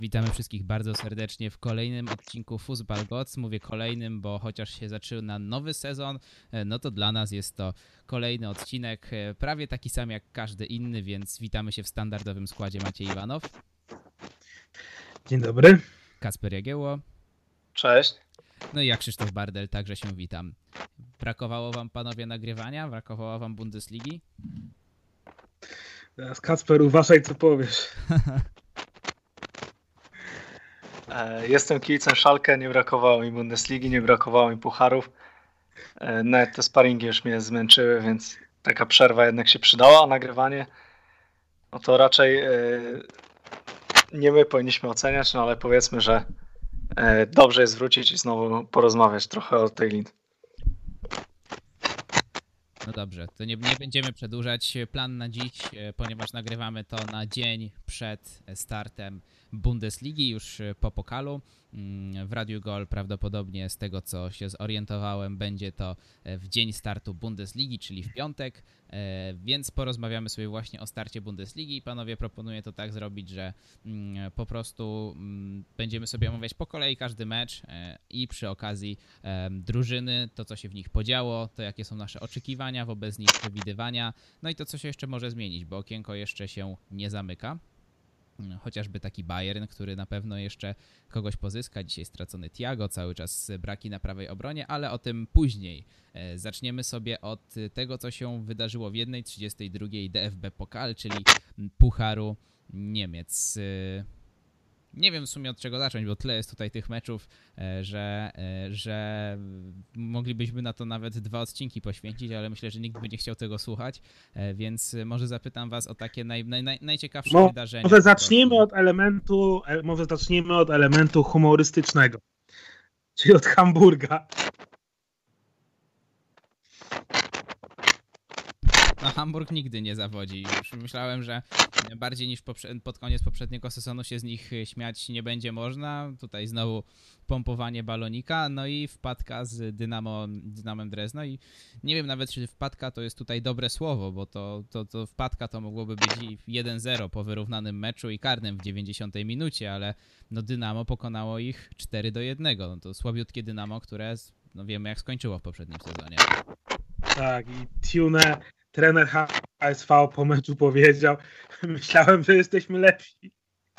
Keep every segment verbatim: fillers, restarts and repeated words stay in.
Witamy wszystkich bardzo serdecznie w kolejnym odcinku Fußball Gods. Mówię kolejnym, bo chociaż się zaczyna nowy sezon, no to dla nas jest to kolejny odcinek, prawie taki sam jak każdy inny, więc witamy się w standardowym składzie. Maciej Iwanow. Dzień dobry. Kacper Jagiełło. Cześć. No i ja, Krzysztof Bardel, także się witam. Brakowało wam, panowie, nagrywania? Brakowało wam Bundesligi? Teraz Kacper, uważaj, co powiesz. Jestem kibicem Schalke, nie brakowało mi Bundesligi, nie brakowało mi pucharów. Nawet te sparingi już mnie zmęczyły, więc taka przerwa jednak się przydała, a nagrywanie no to raczej nie my powinniśmy oceniać, no ale powiedzmy, że dobrze jest wrócić i znowu porozmawiać trochę o tej lidze. No dobrze, to nie, nie będziemy przedłużać. Plan na dziś, ponieważ nagrywamy to na dzień przed startem Bundesligi, już po pokalu. W Radiu Gol prawdopodobnie, z tego co się zorientowałem, będzie to w dzień startu Bundesligi, czyli w piątek, więc porozmawiamy sobie właśnie o starcie Bundesligi. Panowie, proponuję to tak zrobić, że po prostu będziemy sobie omawiać po kolei każdy mecz i przy okazji drużyny, to co się w nich podziało, to jakie są nasze oczekiwania wobec nich, przewidywania, no i to co się jeszcze może zmienić, bo okienko jeszcze się nie zamyka. Chociażby taki Bayern, który na pewno jeszcze kogoś pozyska. Dzisiaj stracony Thiago, cały czas braki na prawej obronie, ale o tym później. Zaczniemy sobie od tego, co się wydarzyło w jednej trzydziestej drugiej D F B Pokal, czyli Pucharu Niemiec. Nie wiem w sumie od czego zacząć, bo tyle jest tutaj tych meczów, że, że moglibyśmy na to nawet dwa odcinki poświęcić, ale myślę, że nikt by nie chciał tego słuchać, więc może zapytam was o takie naj, naj, naj, najciekawsze Mo, wydarzenia. Może zacznijmy od elementu, może zacznijmy od elementu humorystycznego, czyli od Hamburga. No, Hamburg nigdy nie zawodzi. Już myślałem, że bardziej niż pod koniec poprzedniego sezonu się z nich śmiać nie będzie można. Tutaj znowu pompowanie balonika, no i wpadka z Dynamo, Dynamem Drezno i nie wiem nawet, czy wpadka to jest tutaj dobre słowo, bo to, to, to wpadka to mogłoby być jeden zero po wyrównanym meczu i karnym w dziewięćdziesiątej minucie, ale no Dynamo pokonało ich cztery do jednego. No to słabiutkie Dynamo, które no wiemy jak skończyło w poprzednim sezonie. Tak, i Tune, trener H S V po meczu powiedział: myślałem, że jesteśmy lepsi.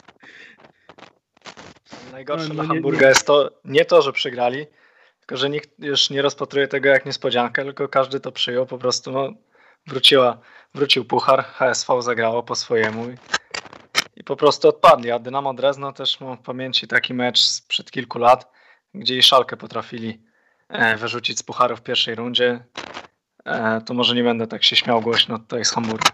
Najgorsze no, no, dla Hamburga nie, nie. jest to nie to, że przegrali, tylko że nikt już nie rozpatruje tego jak niespodziankę, tylko każdy to przyjął, po prostu no, wróciła, wrócił puchar, H S V zagrało po swojemu i, i po prostu odpadli, a Dynamo Drezno też mam w pamięci taki mecz sprzed kilku lat, gdzie i Schalke potrafili e, wyrzucić z pucharu w pierwszej rundzie. E, to może nie będę tak się śmiał głośno, to jest Hamburg.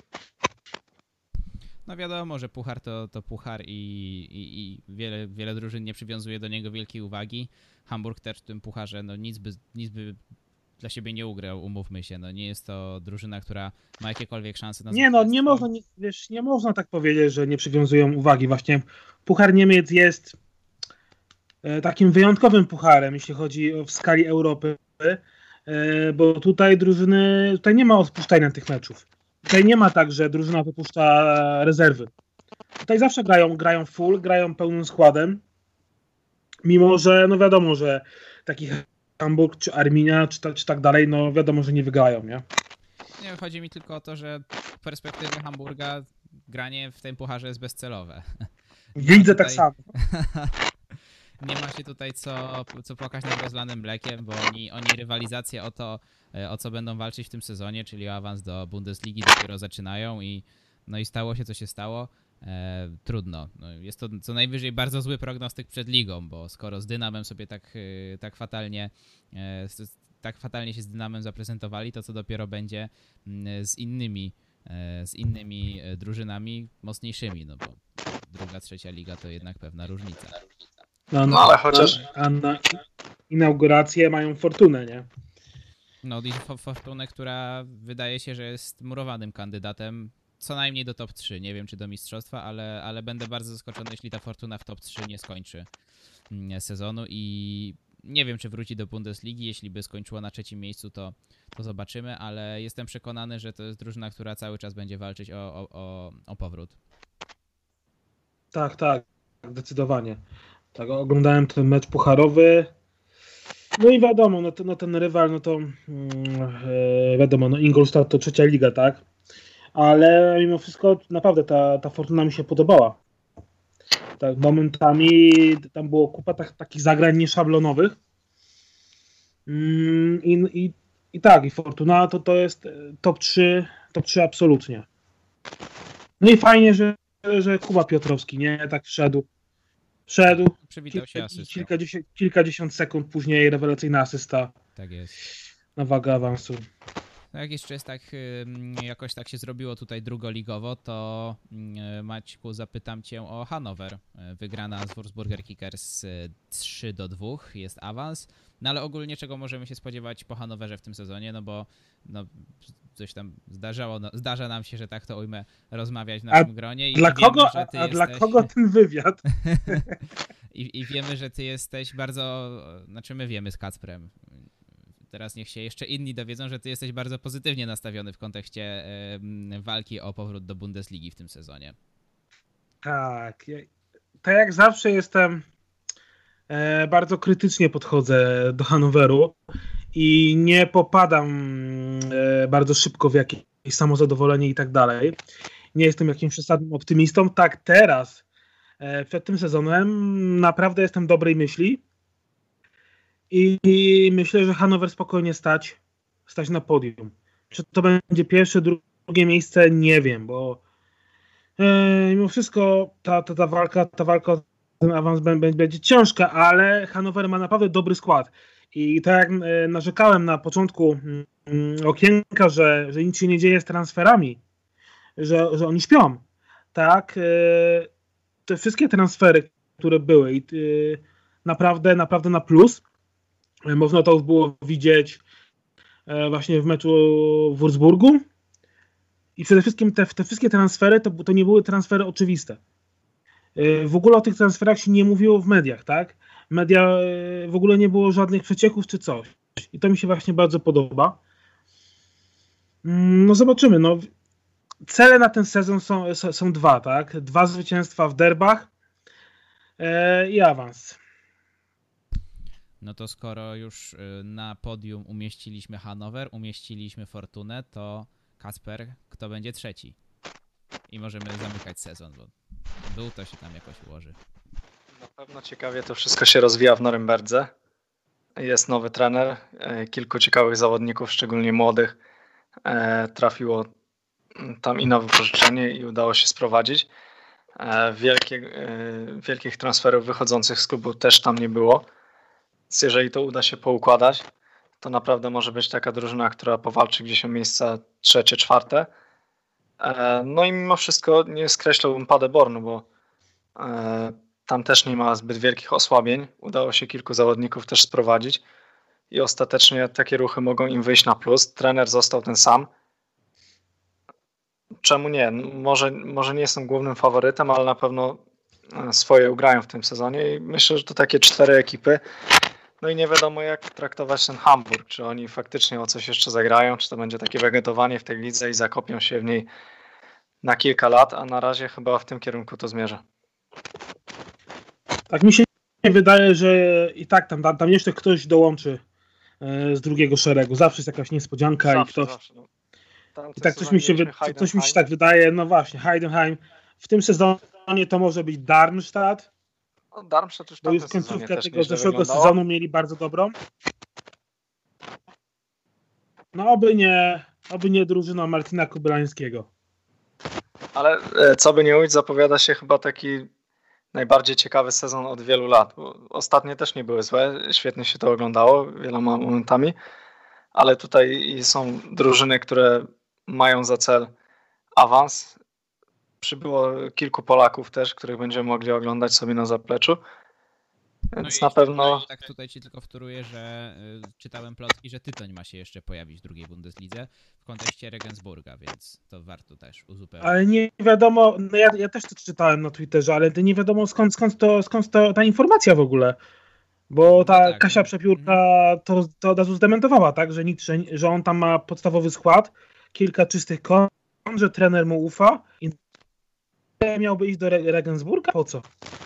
No wiadomo, że puchar to, to puchar i, i, i wiele, wiele drużyn nie przywiązuje do niego wielkiej uwagi. Hamburg też w tym pucharze no nic by, nic by dla siebie nie ugrał, umówmy się. No nie jest to drużyna, która ma jakiekolwiek szanse na Nie no, nie można, nie, wiesz, nie można tak powiedzieć, że nie przywiązują uwagi. Właśnie Puchar Niemiec jest e, takim wyjątkowym pucharem, jeśli chodzi o w skali Europy, e, bo tutaj drużyny, tutaj nie ma odpuszczania tych meczów. Tutaj nie ma tak, że drużyna wypuszcza rezerwy. Tutaj zawsze grają, grają full, grają pełnym składem. Mimo, że no wiadomo, że taki Hamburg, czy Arminia, czy, ta, czy tak dalej, no wiadomo, że nie wygrają, nie? Nie, chodzi mi tylko o to, że z perspektywy Hamburga granie w tym pucharze jest bezcelowe. Widzę tutaj... tak samo. Nie ma się tutaj co, co płakać nad rozlanym mlekiem, bo oni, oni rywalizację o to, o co będą walczyć w tym sezonie, czyli o awans do Bundesligi dopiero zaczynają i no i stało się co się stało. E, trudno. No, jest to co najwyżej bardzo zły prognostyk przed ligą, bo skoro z Dynamem sobie tak, tak fatalnie e, tak fatalnie się z Dynamem zaprezentowali, to co dopiero będzie z innymi e, z innymi drużynami mocniejszymi, no bo druga, trzecia liga to jednak pewna różnica. No, no ale chociaż... A na inaugurację mają Fortunę, nie? No i Fortunę, która wydaje się, że jest murowanym kandydatem co najmniej do top trzy. Nie wiem, czy do mistrzostwa, ale, ale będę bardzo zaskoczony, jeśli ta Fortuna w top trzy nie skończy sezonu i nie wiem, czy wróci do Bundesligi. Jeśli by skończyła na trzecim miejscu, to, to zobaczymy, ale jestem przekonany, że to jest drużyna, która cały czas będzie walczyć o, o, o, o powrót. Tak, tak. zdecydowanie. Tak, oglądałem ten mecz pucharowy. No i wiadomo, no, to, no ten rywal, no to yy, wiadomo, no Ingolstadt to trzecia liga, tak? Ale mimo wszystko naprawdę ta, ta Fortuna mi się podobała. Tak, momentami tam było kupa tak, takich zagrań nieszablonowych. Yy, i, i, I tak, i Fortuna to, to jest top trzy, top trzy absolutnie. No i fajnie, że, że Kuba Piotrowski, nie? Tak wszedł. Wszedł. Przywitał się Kilka, asystą. kilkadziesiąt, kilkadziesiąt sekund później rewelacyjna asysta Tak jest. na wagę awansu. No jak jeszcze jest tak, jakoś tak się zrobiło tutaj drugoligowo, to Maćku, zapytam cię o Hannover. Wygrana z Würzburger Kickers trzy do dwóch, jest awans. No ale ogólnie czego możemy się spodziewać po Hannoverze w tym sezonie, no bo no, coś tam zdarzało, no, zdarza nam się, że tak to ujmę, rozmawiać w naszym a gronie. I dla wiemy, kogo, że ty a, a jesteś... dla kogo ten wywiad? I, I wiemy, że ty jesteś bardzo, znaczy my wiemy z Kacprem. Teraz niech się jeszcze inni dowiedzą, że ty jesteś bardzo pozytywnie nastawiony w kontekście e, walki o powrót do Bundesligi w tym sezonie. Tak. Ja, tak jak zawsze jestem e, bardzo krytycznie podchodzę do Hannoveru i nie popadam e, bardzo szybko w jakieś samozadowolenie i tak dalej. Nie jestem jakimś przesadnym optymistą. Tak, teraz e, przed tym sezonem naprawdę jestem dobrej myśli. I, I myślę, że Hannover spokojnie stać, stać na podium. Czy to będzie pierwsze, drugie miejsce, nie wiem, bo e, mimo wszystko ta, ta, ta walka, ta walka o ten awans będzie, będzie ciężka, ale Hannover ma naprawdę dobry skład. I tak jak e, narzekałem na początku mm, okienka, że, że nic się nie dzieje z transferami, że, że oni śpią, tak, e, te wszystkie transfery, które były, i e, naprawdę, naprawdę na plus. Można to już było widzieć właśnie w meczu w Würzburgu. I przede wszystkim te, te wszystkie transfery to, to nie były transfery oczywiste. W ogóle o tych transferach się nie mówiło w mediach, tak? Media, w ogóle nie było żadnych przecieków czy coś. I to mi się właśnie bardzo podoba. No zobaczymy. No, cele na ten sezon są, są dwa, tak? Dwa zwycięstwa w derbach i awans. No to skoro już na podium umieściliśmy Hannover, umieściliśmy Fortunę, to Kacper, kto będzie trzeci? I możemy zamykać sezon, bo dół to się tam jakoś ułoży. Na pewno ciekawie to wszystko się rozwija w Norymberdze. Jest nowy trener, kilku ciekawych zawodników, szczególnie młodych, trafiło tam i na wypożyczenie i udało się sprowadzić. Wielkie, wielkich transferów wychodzących z klubu też tam nie było. Więc jeżeli to uda się poukładać, to naprawdę może być taka drużyna, która powalczy gdzieś o miejsca trzecie, czwarte. No i mimo wszystko nie skreślałbym Paderbornu, bo tam też nie ma zbyt wielkich osłabień. Udało się kilku zawodników też sprowadzić i ostatecznie takie ruchy mogą im wyjść na plus. Trener został ten sam. Czemu nie? Może, może nie jestem głównym faworytem, ale na pewno swoje ugrają w tym sezonie i myślę, że to takie cztery ekipy. No i nie wiadomo, jak traktować ten Hamburg. Czy oni faktycznie o coś jeszcze zagrają, czy to będzie takie wegetowanie w tej lidze i zakopią się w niej na kilka lat, a na razie chyba w tym kierunku to zmierza. Tak mi się wydaje, że i tak tam, tam, tam jeszcze ktoś dołączy z drugiego szeregu. Zawsze jest jakaś niespodzianka Zawsze, i ktoś... zawsze, no. I tak coś mi, się, coś mi się tak wydaje, no właśnie, Heidenheim. W tym sezonie to może być Darmstadt. No, Darmstadt już bo już końcówkę tego zeszłego wyglądało. sezonu mieli bardzo dobrą. No oby nie, oby nie drużyna Marcina Kubilańskiego. Ale co by nie ujść, zapowiada się chyba taki najbardziej ciekawy sezon od wielu lat. Bo ostatnie też nie były złe, świetnie się to oglądało wieloma momentami, ale tutaj są drużyny, które mają za cel awans. Przybyło kilku Polaków też, których będziemy mogli oglądać sobie na zapleczu. Więc no na pewno... Tak tutaj ci tylko wtóruję, że y, czytałem plotki, że Tytoń ma się jeszcze pojawić w drugiej Bundeslidze w kontekście Regensburga, więc to warto też uzupełnić. Ale nie wiadomo, no ja, ja też to czytałem na Twitterze, ale to nie wiadomo skąd, skąd, to, skąd to, ta informacja w ogóle. Bo ta no tak, Kasia Przepiórka to, to od razu zdementowała, tak, że, nic, że, że on tam ma podstawowy skład, kilka czystych kont, że trener mu ufa i miałby iść do Regensburga? Po co?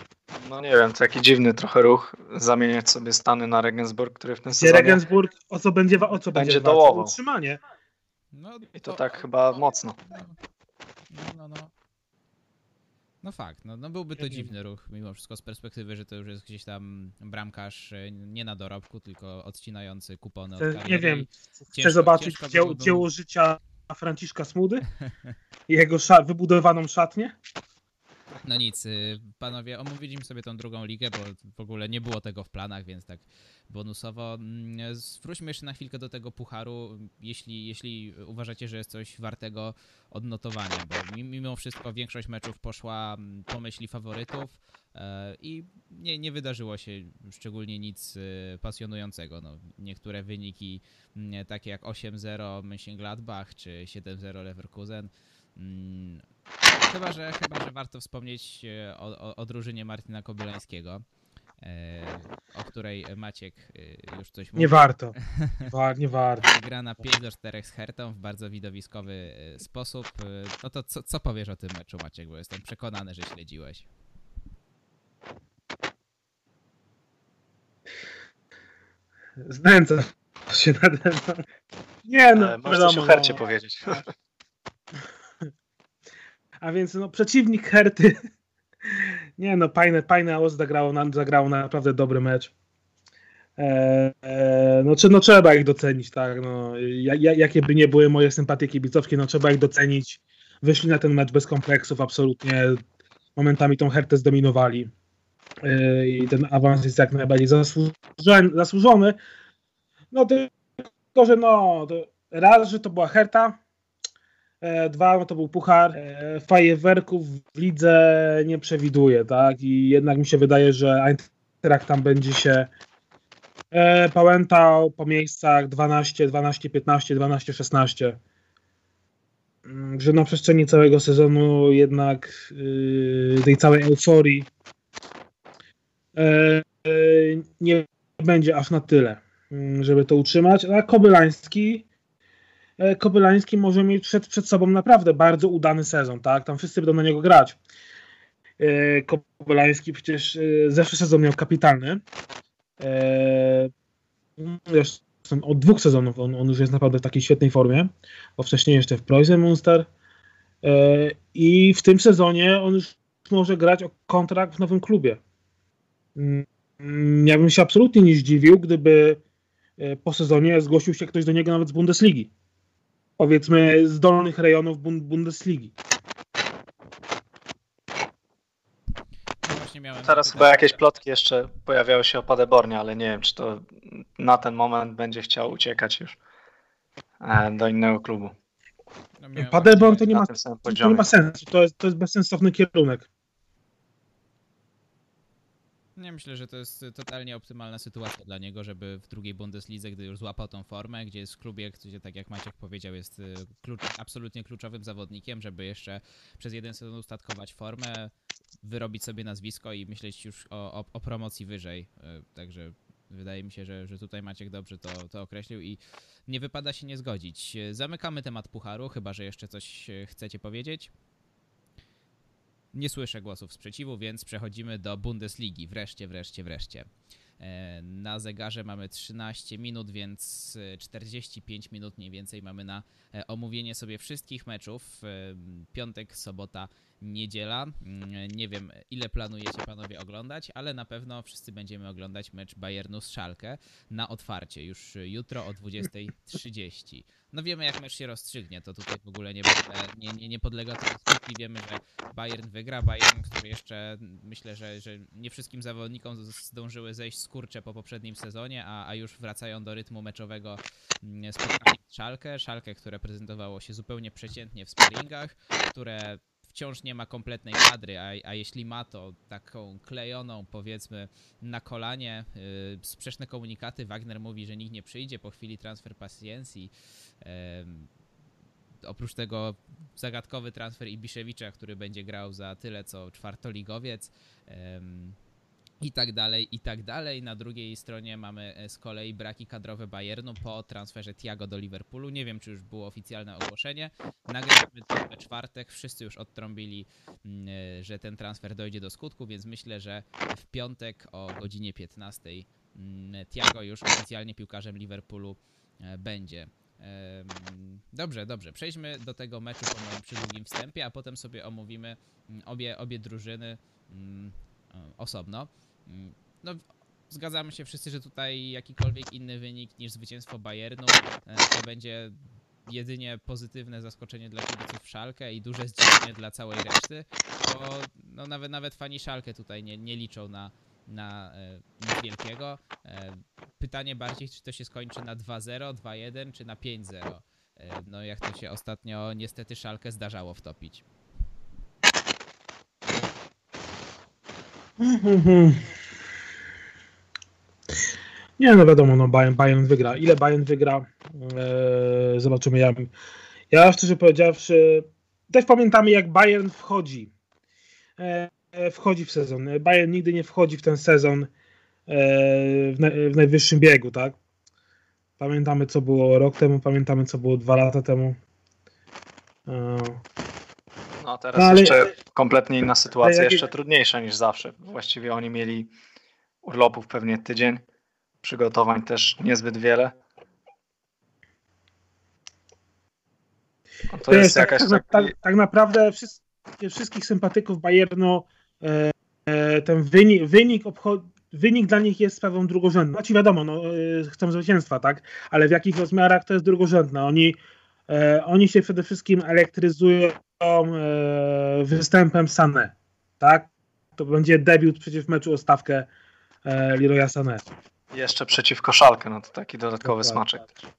No nie wiem, to taki dziwny trochę ruch, zamieniać sobie Stany na Regensburg, który w tym Gdzie sezonie Regensburg o co będzie, wa- o co będzie będzie walczył? O dołował. utrzymanie. No, I to tak chyba mocno. No, no, no, no. No fakt, no, no byłby to Nie wiem. dziwny ruch, mimo wszystko z perspektywy, że to już jest gdzieś tam bramkarz e, nie na dorobku, tylko odcinający kupony od Chcę- kariery. Nie wiem, i chcę ciężko- zobaczyć ciężko dzieło, byłoby mu- dzieło życia Franciszka Smudy i jego sza- wybudowaną szatnię. No nic, y, panowie, omówiliśmy sobie tą drugą ligę, bo w ogóle nie było tego w planach, więc tak bonusowo. Mm, Zwróćmy jeszcze na chwilkę do tego pucharu, jeśli, jeśli uważacie, że jest coś wartego odnotowania, bo mi- mimo wszystko większość meczów poszła mm, po myśli faworytów e, i nie, nie wydarzyło się szczególnie nic y, pasjonującego. No, niektóre wyniki mm, takie jak osiem zero Mönchengladbach czy siedem zero Leverkusen. mm, Chyba że, chyba, że warto wspomnieć e, o, o, o drużynie Martina Kobylańskiego, e, o której Maciek e, już coś mówił. Nie warto. Wa- nie warto. Gra pięć do czterech z Hertą w bardzo widowiskowy e, sposób. E, No to co, co powiesz o tym meczu, Maciek, bo jestem przekonany, że śledziłeś. Znęca się nade mną. Nie no, E, Możesz coś o wiadomo, Hercie no. powiedzieć. A więc no, przeciwnik Herty. Nie no, Pajne, Pajne Aos zagrało, na, zagrało naprawdę dobry mecz. E, e, no, czy, no trzeba ich docenić, tak. No, ja, ja, jakie by nie były moje sympatie kibicowskie, no trzeba ich docenić. Wyszli na ten mecz bez kompleksów, absolutnie. Momentami tą Hertę zdominowali. E, I ten awans jest jak najbardziej zasłużony. zasłużony. No tylko, że no, to raz, że to była Herta, e, dwa, no to był puchar, e, fajerwerków w lidze nie przewiduje, tak, i jednak mi się wydaje, że Eintracht tam będzie się e, pałętał po miejscach dwanaście, dwanaście, piętnaście, dwanaście, szesnaście. Mm, Że na przestrzeni całego sezonu jednak yy, tej całej euforii e, e, nie będzie aż na tyle, mm, żeby to utrzymać, a Kobylański e, Kobylański może mieć przed, przed sobą naprawdę bardzo udany sezon, tak? Tam wszyscy będą na niego grać. E, Kobylański przecież e, zeszły sezon miał kapitalny. E, Zresztą od dwóch sezonów on, on już jest naprawdę w takiej świetnej formie, bo wcześniej jeszcze w Preußen Münster. E, I w tym sezonie on już może grać o kontrakt w nowym klubie. Mm, Ja bym się absolutnie nie zdziwił, gdyby e, po sezonie zgłosił się ktoś do niego nawet z Bundesligi. Powiedzmy z dolnych rejonów Bund- Bundesligi. No właśnie miałem Teraz zapytać- chyba jakieś plotki jeszcze pojawiały się o Paderbornie, ale nie wiem, czy to na ten moment będzie chciał uciekać już e, do innego klubu. no miałem Paderborn to właśnie- nie ma, Na tym samym to nie poziomie. ma sensu. To jest, to jest bezsensowny kierunek. Ja myślę, że to jest totalnie optymalna sytuacja dla niego, żeby w drugiej Bundeslidze, gdy już złapał tą formę, gdzie jest w klubie, gdzie tak jak Maciek powiedział, jest y, klucz, absolutnie kluczowym zawodnikiem, żeby jeszcze przez jeden sezon ustatkować formę, wyrobić sobie nazwisko i myśleć już o, o, o promocji wyżej. Y, Także wydaje mi się, że, że tutaj Maciek dobrze to, to określił i nie wypada się nie zgodzić. Zamykamy temat pucharu, chyba że jeszcze coś y, chcecie powiedzieć. Nie słyszę głosów sprzeciwu, więc przechodzimy do Bundesligi. Wreszcie, wreszcie, wreszcie. E, Na zegarze mamy trzynaście minut, więc e, czterdzieści pięć minut mniej więcej mamy na e, omówienie sobie wszystkich meczów. E, Piątek, sobota, niedziela. Mm, Nie wiem, ile planujecie panowie oglądać, ale na pewno wszyscy będziemy oglądać mecz Bayernu z Schalke na otwarcie już jutro o dwudziestej trzydzieści. No wiemy, jak mecz się rozstrzygnie, to tutaj w ogóle nie, będę- nie, nie, nie podlega to dyskusji. Wiemy, że Bayern wygra. Bayern, który jeszcze myślę, że, że nie wszystkim zawodnikom z- zdążyły zejść z kurcze po poprzednim sezonie, a, a już wracają do rytmu meczowego mm, spotkania z Schalke. Schalke, które prezentowało się zupełnie przeciętnie w sparingach, które wciąż nie ma kompletnej kadry, a, a jeśli ma, to taką klejoną, powiedzmy, na kolanie. Yy, sprzeczne komunikaty. Wagner mówi, że nikt nie przyjdzie po chwili transfer pasjencji. Em, Oprócz tego zagadkowy transfer Ibiszewicza, który będzie grał za tyle co czwartoligowiec. Em, i tak dalej, i tak dalej. Na drugiej stronie mamy z kolei braki kadrowe Bayernu po transferze Thiago do Liverpoolu. Nie wiem, czy już było oficjalne ogłoszenie. Nagrywamy to we czwartek. Wszyscy już odtrąbili, że ten transfer dojdzie do skutku, więc myślę, że w piątek o godzinie piętnastej Thiago już oficjalnie piłkarzem Liverpoolu będzie. Dobrze, dobrze. Przejdźmy do tego meczu po moim przydługim wstępie, a potem sobie omówimy obie, obie drużyny osobno. No, zgadzamy się wszyscy, że tutaj jakikolwiek inny wynik niż zwycięstwo Bayernu to będzie jedynie pozytywne zaskoczenie dla kibiców Schalke i duże zdziwienie dla całej reszty, bo no, nawet, nawet fani Schalke tutaj nie, nie liczą na, na e, nic wielkiego. E, pytanie bardziej, czy to się skończy na dwa zero, dwa jeden, czy na pięć zero. E, no jak to się ostatnio niestety Schalke zdarzało wtopić. Nie, no wiadomo, no Bayern, Bayern wygra. Ile Bayern wygra? Eee, zobaczymy. Ja, ja szczerze powiedziawszy, też pamiętamy, jak Bayern wchodzi. Eee, wchodzi w sezon. Bayern nigdy nie wchodzi w ten sezon eee, w, na, w najwyższym biegu, tak? Pamiętamy, co było rok temu, pamiętamy, co było dwa lata temu. Eee. No teraz ale... jeszcze kompletnie inna sytuacja, jeszcze trudniejsza niż zawsze. Właściwie oni mieli urlopów pewnie tydzień, przygotowań też niezbyt wiele. No to jest tak, jakaś tak, taki... tak, tak naprawdę wszystkich, wszystkich sympatyków Bayernu e, e, ten wynik, wynik, obcho- wynik dla nich jest sprawą drugorzędną. Znaczy wiadomo, no, e, chcą zwycięstwa, tak? Ale w jakich rozmiarach to jest drugorzędne. Oni, e, oni się przede wszystkim elektryzują e, występem Sané, tak? To będzie debiut przecież w meczu o stawkę e, Leroya Sané. Jeszcze przeciwko Schalke, no to taki dodatkowy tak, smaczek. Tak.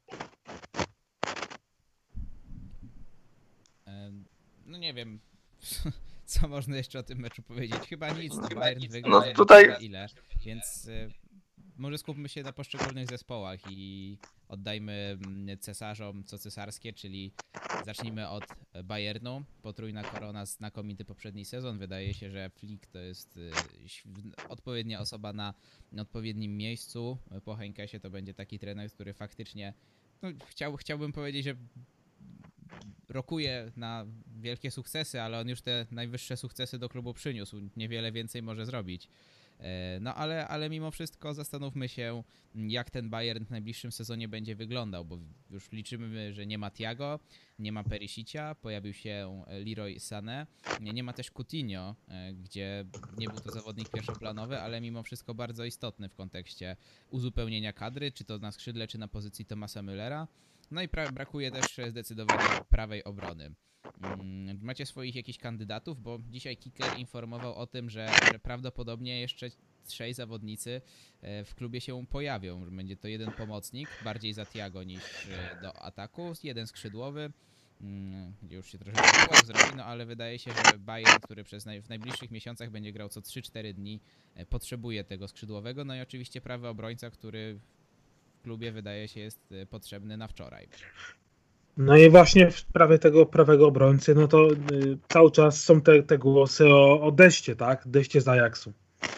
No nie wiem, co można jeszcze o tym meczu powiedzieć. Chyba nic, no Bayern wygrał, no, tutaj... ile, więc y, może skupmy się na poszczególnych zespołach i oddajmy cesarzom co cesarskie, czyli zacznijmy od Bayernu. Potrójna korona, znakomity poprzedni sezon. Wydaje się, że Flick to jest y, odpowiednia osoba na, na odpowiednim miejscu. Po Henkesie to będzie taki trener, który faktycznie, no, chciał, chciałbym powiedzieć, że rokuje na wielkie sukcesy, ale on już te najwyższe sukcesy do klubu przyniósł. Niewiele więcej może zrobić. No ale, ale mimo wszystko zastanówmy się, jak ten Bayern w najbliższym sezonie będzie wyglądał, bo już liczymy, że nie ma Thiago, nie ma Perisicia, pojawił się Leroy Sané, nie ma też Coutinho, gdzie nie był to zawodnik pierwszoplanowy, ale mimo wszystko bardzo istotny w kontekście uzupełnienia kadry, czy to na skrzydle, czy na pozycji Thomasa Müllera. No i pra- brakuje też zdecydowanie prawej obrony. Macie swoich jakichś kandydatów? Bo dzisiaj Kicker informował o tym, że, że prawdopodobnie jeszcze trzej zawodnicy w klubie się pojawią. Będzie to jeden pomocnik, bardziej za Thiago niż do ataku, jeden skrzydłowy, gdzie już się troszeczkę płat zrobi, no ale wydaje się, że Bayern, który przez naj, w najbliższych miesiącach będzie grał co trzy cztery dni, potrzebuje tego skrzydłowego. No i oczywiście prawy obrońca, który w klubie wydaje się jest potrzebny na wczoraj. No i właśnie w sprawie tego prawego obrońcy, no to y, cały czas są te, te głosy o, o Deście, tak? Deście z Ajaxu.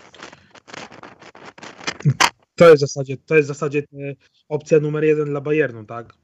To jest w zasadzie, to jest w zasadzie y, opcja numer jeden dla Bayernu, tak?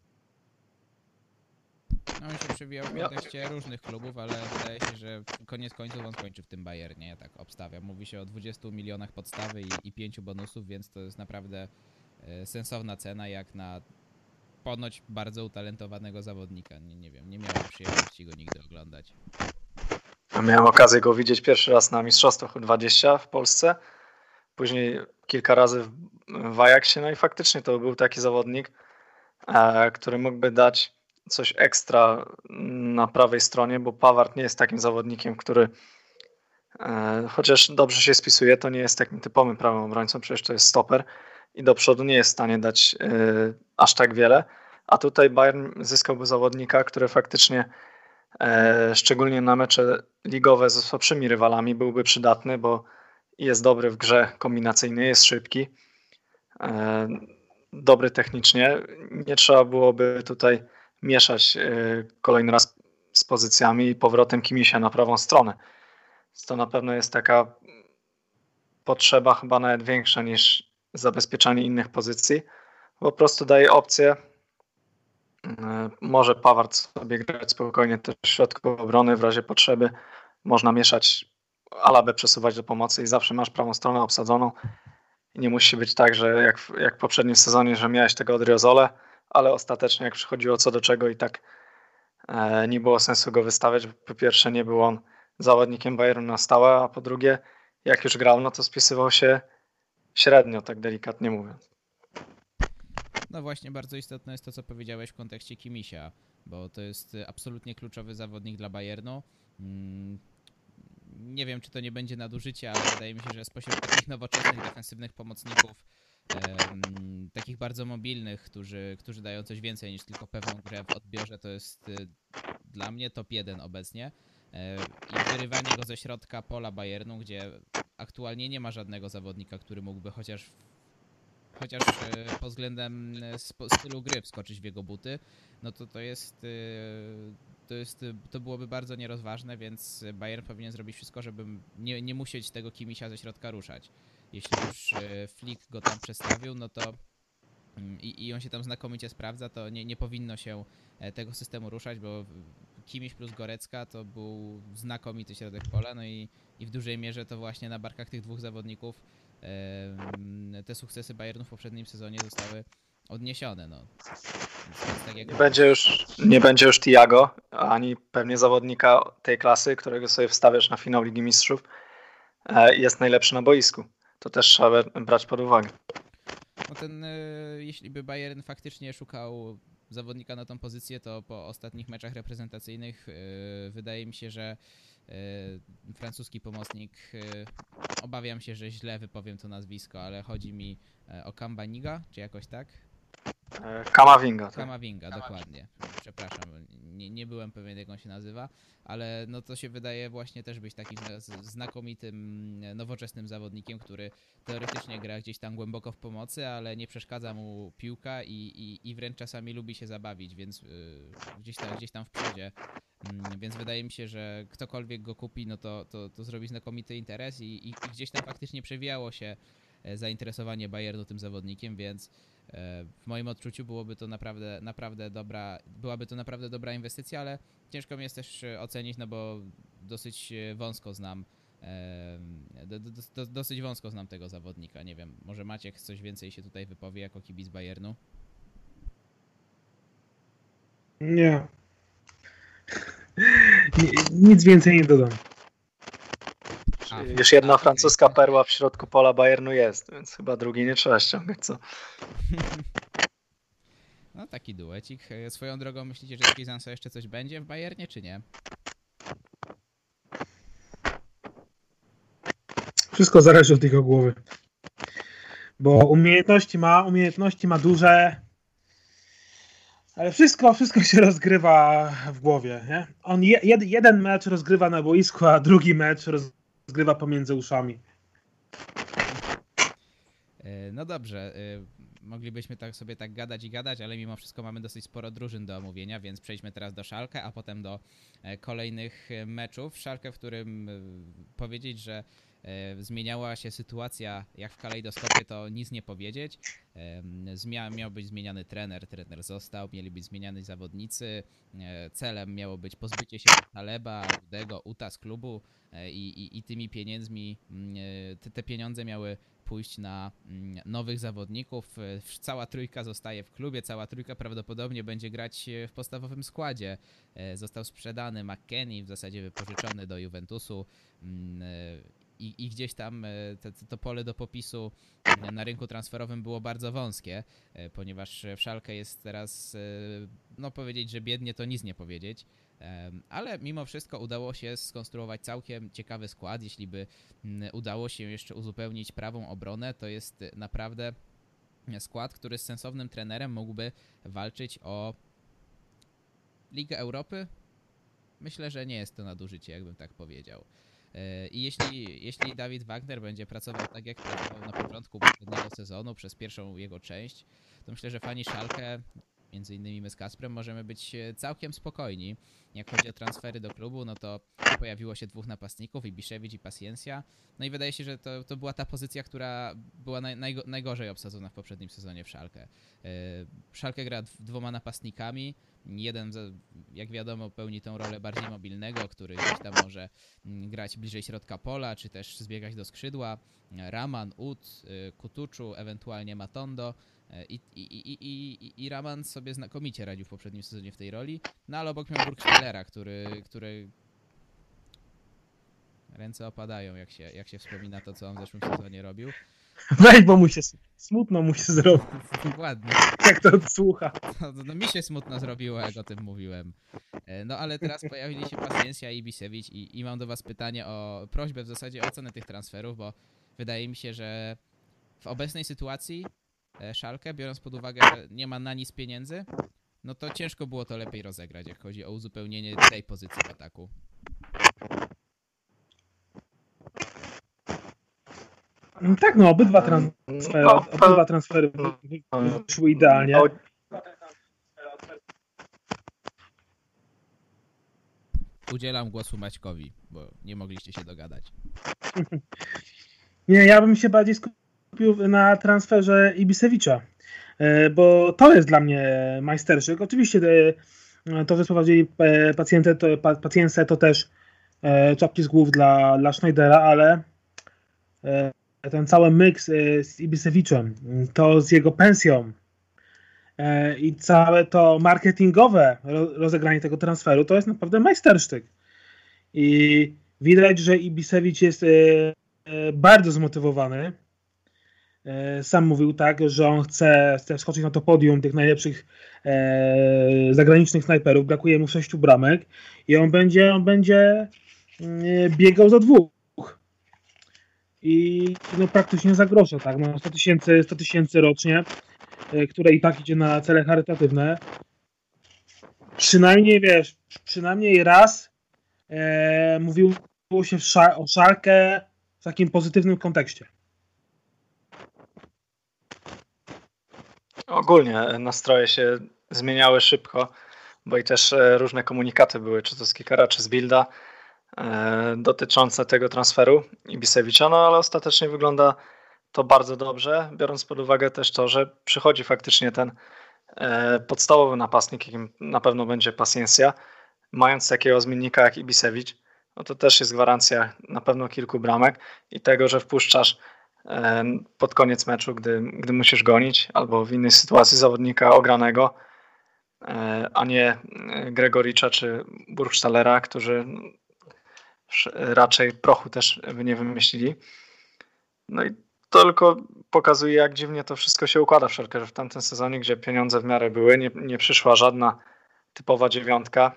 No on się przewijał w kontekście różnych klubów, ale wydaje się, że koniec końców on skończy w tym Bayernie, ja tak obstawiam. Mówi się o dwudziestu milionach podstawy i, i pięciu bonusów, więc to jest naprawdę y, sensowna cena jak na ponoć bardzo utalentowanego zawodnika. Nie, nie wiem, nie miałem przyjemności go nigdy oglądać. Miałem okazję go widzieć pierwszy raz na Mistrzostwach U dwadzieścia w Polsce. Później kilka razy w, w Ajaxie. No i faktycznie to był taki zawodnik, e, który mógłby dać coś ekstra na prawej stronie, bo Pavard nie jest takim zawodnikiem, który e, chociaż dobrze się spisuje, to nie jest takim typowym prawym obrońcą, przecież to jest stoper i do przodu nie jest w stanie dać e, aż tak wiele. A tutaj Bayern zyskałby zawodnika, który faktycznie e, szczególnie na mecze ligowe ze słabszymi rywalami byłby przydatny, bo jest dobry w grze kombinacyjnej, jest szybki, e, dobry technicznie. Nie trzeba byłoby tutaj mieszać e, kolejny raz z pozycjami i powrotem Kimisia na prawą stronę. To na pewno jest taka potrzeba chyba nawet większa niż zabezpieczanie innych pozycji. Po prostu daje opcję. Może Pawart sobie grać spokojnie też w środku obrony w razie potrzeby. Można mieszać, Alabę przesuwać do pomocy i zawsze masz prawą stronę obsadzoną. I nie musi być tak, że jak w, jak w poprzednim sezonie, że miałeś tego Odriozole, ale ostatecznie jak przychodziło co do czego i tak e, nie było sensu go wystawiać. Po pierwsze nie był on zawodnikiem Bayernu na stałe, a po drugie jak już grał, no to spisywał się średnio, tak delikatnie mówiąc. No właśnie, bardzo istotne jest to, co powiedziałeś w kontekście Kimisia, bo to jest absolutnie kluczowy zawodnik dla Bayernu. Mm, nie wiem, czy to nie będzie nadużycie, ale wydaje mi się, że spośród takich nowoczesnych, defensywnych pomocników, em, takich bardzo mobilnych, którzy, którzy dają coś więcej niż tylko pewną grę w odbiorze, to jest y, dla mnie top jeden obecnie. E, I wyrywanie go ze środka pola Bayernu, gdzie aktualnie nie ma żadnego zawodnika, który mógłby chociaż chociaż e, pod względem e, spo- stylu gry wskoczyć w jego buty, no to to jest, e, to jest, e, to byłoby bardzo nierozważne, więc Bayern powinien zrobić wszystko, żeby nie, nie musieć tego Kimisia ze środka ruszać. Jeśli już e, Flick go tam przestawił, no to mm, i, i on się tam znakomicie sprawdza, to nie, nie powinno się e, tego systemu ruszać, bo Kimiś plus Gorecka to był znakomity środek pola, no i, i w dużej mierze to właśnie na barkach tych dwóch zawodników em, te sukcesy Bayernu w poprzednim sezonie zostały odniesione. No. Więc, więc tak jak Nie będzie już, nie będzie już Thiago, ani pewnie zawodnika tej klasy, którego sobie wstawiasz na finał Ligi Mistrzów, e, jest najlepszy na boisku. To też trzeba brać pod uwagę. No ten, e, jeśli by Bayern faktycznie szukał zawodnika na tą pozycję, to po ostatnich meczach reprezentacyjnych e, wydaje mi się, że e, francuski pomocnik, e, obawiam się, że źle wypowiem to nazwisko, ale chodzi mi e, o Kambaniga, czy jakoś tak? E, Kamavinga. Tak. Kamavinga, dokładnie. Przepraszam, nie, nie byłem pewien, jak on się nazywa, ale no to się wydaje właśnie też być takim z- znakomitym, nowoczesnym zawodnikiem, który teoretycznie gra gdzieś tam głęboko w pomocy, ale nie przeszkadza mu piłka i, i, i wręcz czasami lubi się zabawić, więc yy, gdzieś tam, gdzieś tam w przodzie. Mm, Więc wydaje mi się, że ktokolwiek go kupi, no to, to, to zrobi znakomity interes i, i, i gdzieś tam faktycznie przewijało się e, zainteresowanie Bayernu tym zawodnikiem, więc e, w moim odczuciu byłoby to naprawdę, naprawdę dobra, byłaby to naprawdę dobra inwestycja, ale ciężko mi jest też e, ocenić, no bo dosyć e, wąsko znam e, do, do, do, dosyć wąsko znam tego zawodnika. Nie wiem, może Maciek coś więcej się tutaj wypowie jako kibic Bayernu? Nie. Ni- Nic więcej nie dodam. A, Już jedna a, francuska okej. perła w środku pola Bayernu jest, więc chyba drugi nie trzeba ściągać, co? No taki duecik. E, Swoją drogą myślicie, że z Kizansa jeszcze coś będzie w Bayernie, czy nie? Wszystko zależy od jego głowy. Bo umiejętności ma, umiejętności ma duże, ale wszystko, wszystko się rozgrywa w głowie. Nie? On je, jed, jeden mecz rozgrywa na boisku, a drugi mecz rozgrywa pomiędzy uszami. E, No dobrze, e, moglibyśmy tak sobie tak gadać i gadać, ale mimo wszystko mamy dosyć sporo drużyn do omówienia, więc przejdźmy teraz do Schalke, a potem do e, kolejnych e, meczów. Schalke, w którym e, powiedzieć, że e, zmieniała się sytuacja jak w kalejdoskopie, to nic nie powiedzieć. Em, Zmia- miał być zmieniany trener, trener został, mieli być zmieniani zawodnicy. E, Celem miało być pozbycie się Taleba, Rudego, Uta z klubu e, i, i, i tymi pieniędzmi, mm, e, te, te pieniądze miały pójść na mm, nowych zawodników. E, Cała trójka zostaje w klubie, cała trójka prawdopodobnie będzie grać e, w podstawowym składzie. E, Został sprzedany McKennie, w zasadzie wypożyczony do Juventusu mm, e, i, i gdzieś tam e, te, to pole do popisu mm, na rynku transferowym było bardzo wąskie, e, ponieważ w Schalke jest teraz, e, no powiedzieć, że biednie to nic nie powiedzieć. Em, Ale mimo wszystko udało się skonstruować całkiem ciekawy skład. Jeśli by mm, udało się jeszcze uzupełnić prawą obronę, to jest naprawdę skład, który z sensownym trenerem mógłby walczyć o Ligę Europy. Myślę, że nie jest to nadużycie, jakbym tak powiedział. E, I jeśli, jeśli Dawid Wagner będzie pracował tak, jak pracował na początku poprzedniego sezonu, przez pierwszą jego część, to myślę, że fani Schalke między innymi my z Kasprem możemy być całkiem spokojni. Jak chodzi o transfery do klubu, no to pojawiło się dwóch napastników, Ibišević i Paciencia. No i wydaje się, że to, to była ta pozycja, która była naj, najgo, najgorzej obsadzona w poprzednim sezonie w Schalke. Schalke gra dwoma napastnikami. Jeden, jak wiadomo, pełni tą rolę bardziej mobilnego, który gdzieś tam może grać bliżej środka pola, czy też zbiegać do skrzydła. Raman, Ut, Kutuczu, ewentualnie Matondo. I, i, i, i, i Raman sobie znakomicie radził w poprzednim sezonie w tej roli. No ale obok miał Burgstallera, który, który... Ręce opadają, jak się, jak się wspomina to, co on w zeszłym sezonie robił. Weź, bo mu się smutno mu się zrobi. Dokładnie. Jak to odsłucha. No, no mi się smutno zrobiło, jak o tym mówiłem. No ale teraz pojawili się Paciencia i Ibišević i, i mam do was pytanie o prośbę w zasadzie o ocenę tych transferów, bo wydaje mi się, że w obecnej sytuacji Schalke, biorąc pod uwagę, że nie ma na nic pieniędzy, no to ciężko było to lepiej rozegrać, jak chodzi o uzupełnienie tej pozycji w ataku. Tak, no obydwa transfery, obydwa transfery wyszły idealnie. Udzielam głosu Maćkowi, bo nie mogliście się dogadać. Nie, ja bym się bardziej skupił na transferze Ibiševića, bo to jest dla mnie majsterszyk. Oczywiście to, że sprowadzili pacjentę, to, pacjentę to też czapki z głów dla, dla Schneidera, ale ten cały miks z Ibiševićem, to z jego pensją i całe to marketingowe rozegranie tego transferu, to jest naprawdę majstersztyk. I widać, że Ibišević jest bardzo zmotywowany. Sam mówił tak, że on chce, chce skoczyć na to podium tych najlepszych zagranicznych snajperów. Brakuje mu sześciu bramek i on będzie, on będzie biegał za dwóch. I no, praktycznie za grosze, tak? No, sto tysięcy rocznie, które i tak idzie na cele charytatywne. Przynajmniej, wiesz, przynajmniej raz e, mówiło się o Schalke w takim pozytywnym kontekście. Ogólnie nastroje się zmieniały szybko, bo i też różne komunikaty były, czy to z Kickera, czy z Bilda, dotyczące tego transferu Ibiševića, no ale ostatecznie wygląda to bardzo dobrze, biorąc pod uwagę też to, że przychodzi faktycznie ten podstawowy napastnik, jakim na pewno będzie Paciencia, mając takiego zmiennika jak Ibišević, no to też jest gwarancja na pewno kilku bramek i tego, że wpuszczasz pod koniec meczu, gdy, gdy musisz gonić, albo w innej sytuacji zawodnika ogranego, a nie Gregoricza czy Burgstallera, którzy raczej prochu też by nie wymyślili. No i to tylko pokazuje, jak dziwnie to wszystko się układa w Schalke, że w tamtym sezonie, gdzie pieniądze w miarę były, nie, nie przyszła żadna typowa dziewiątka,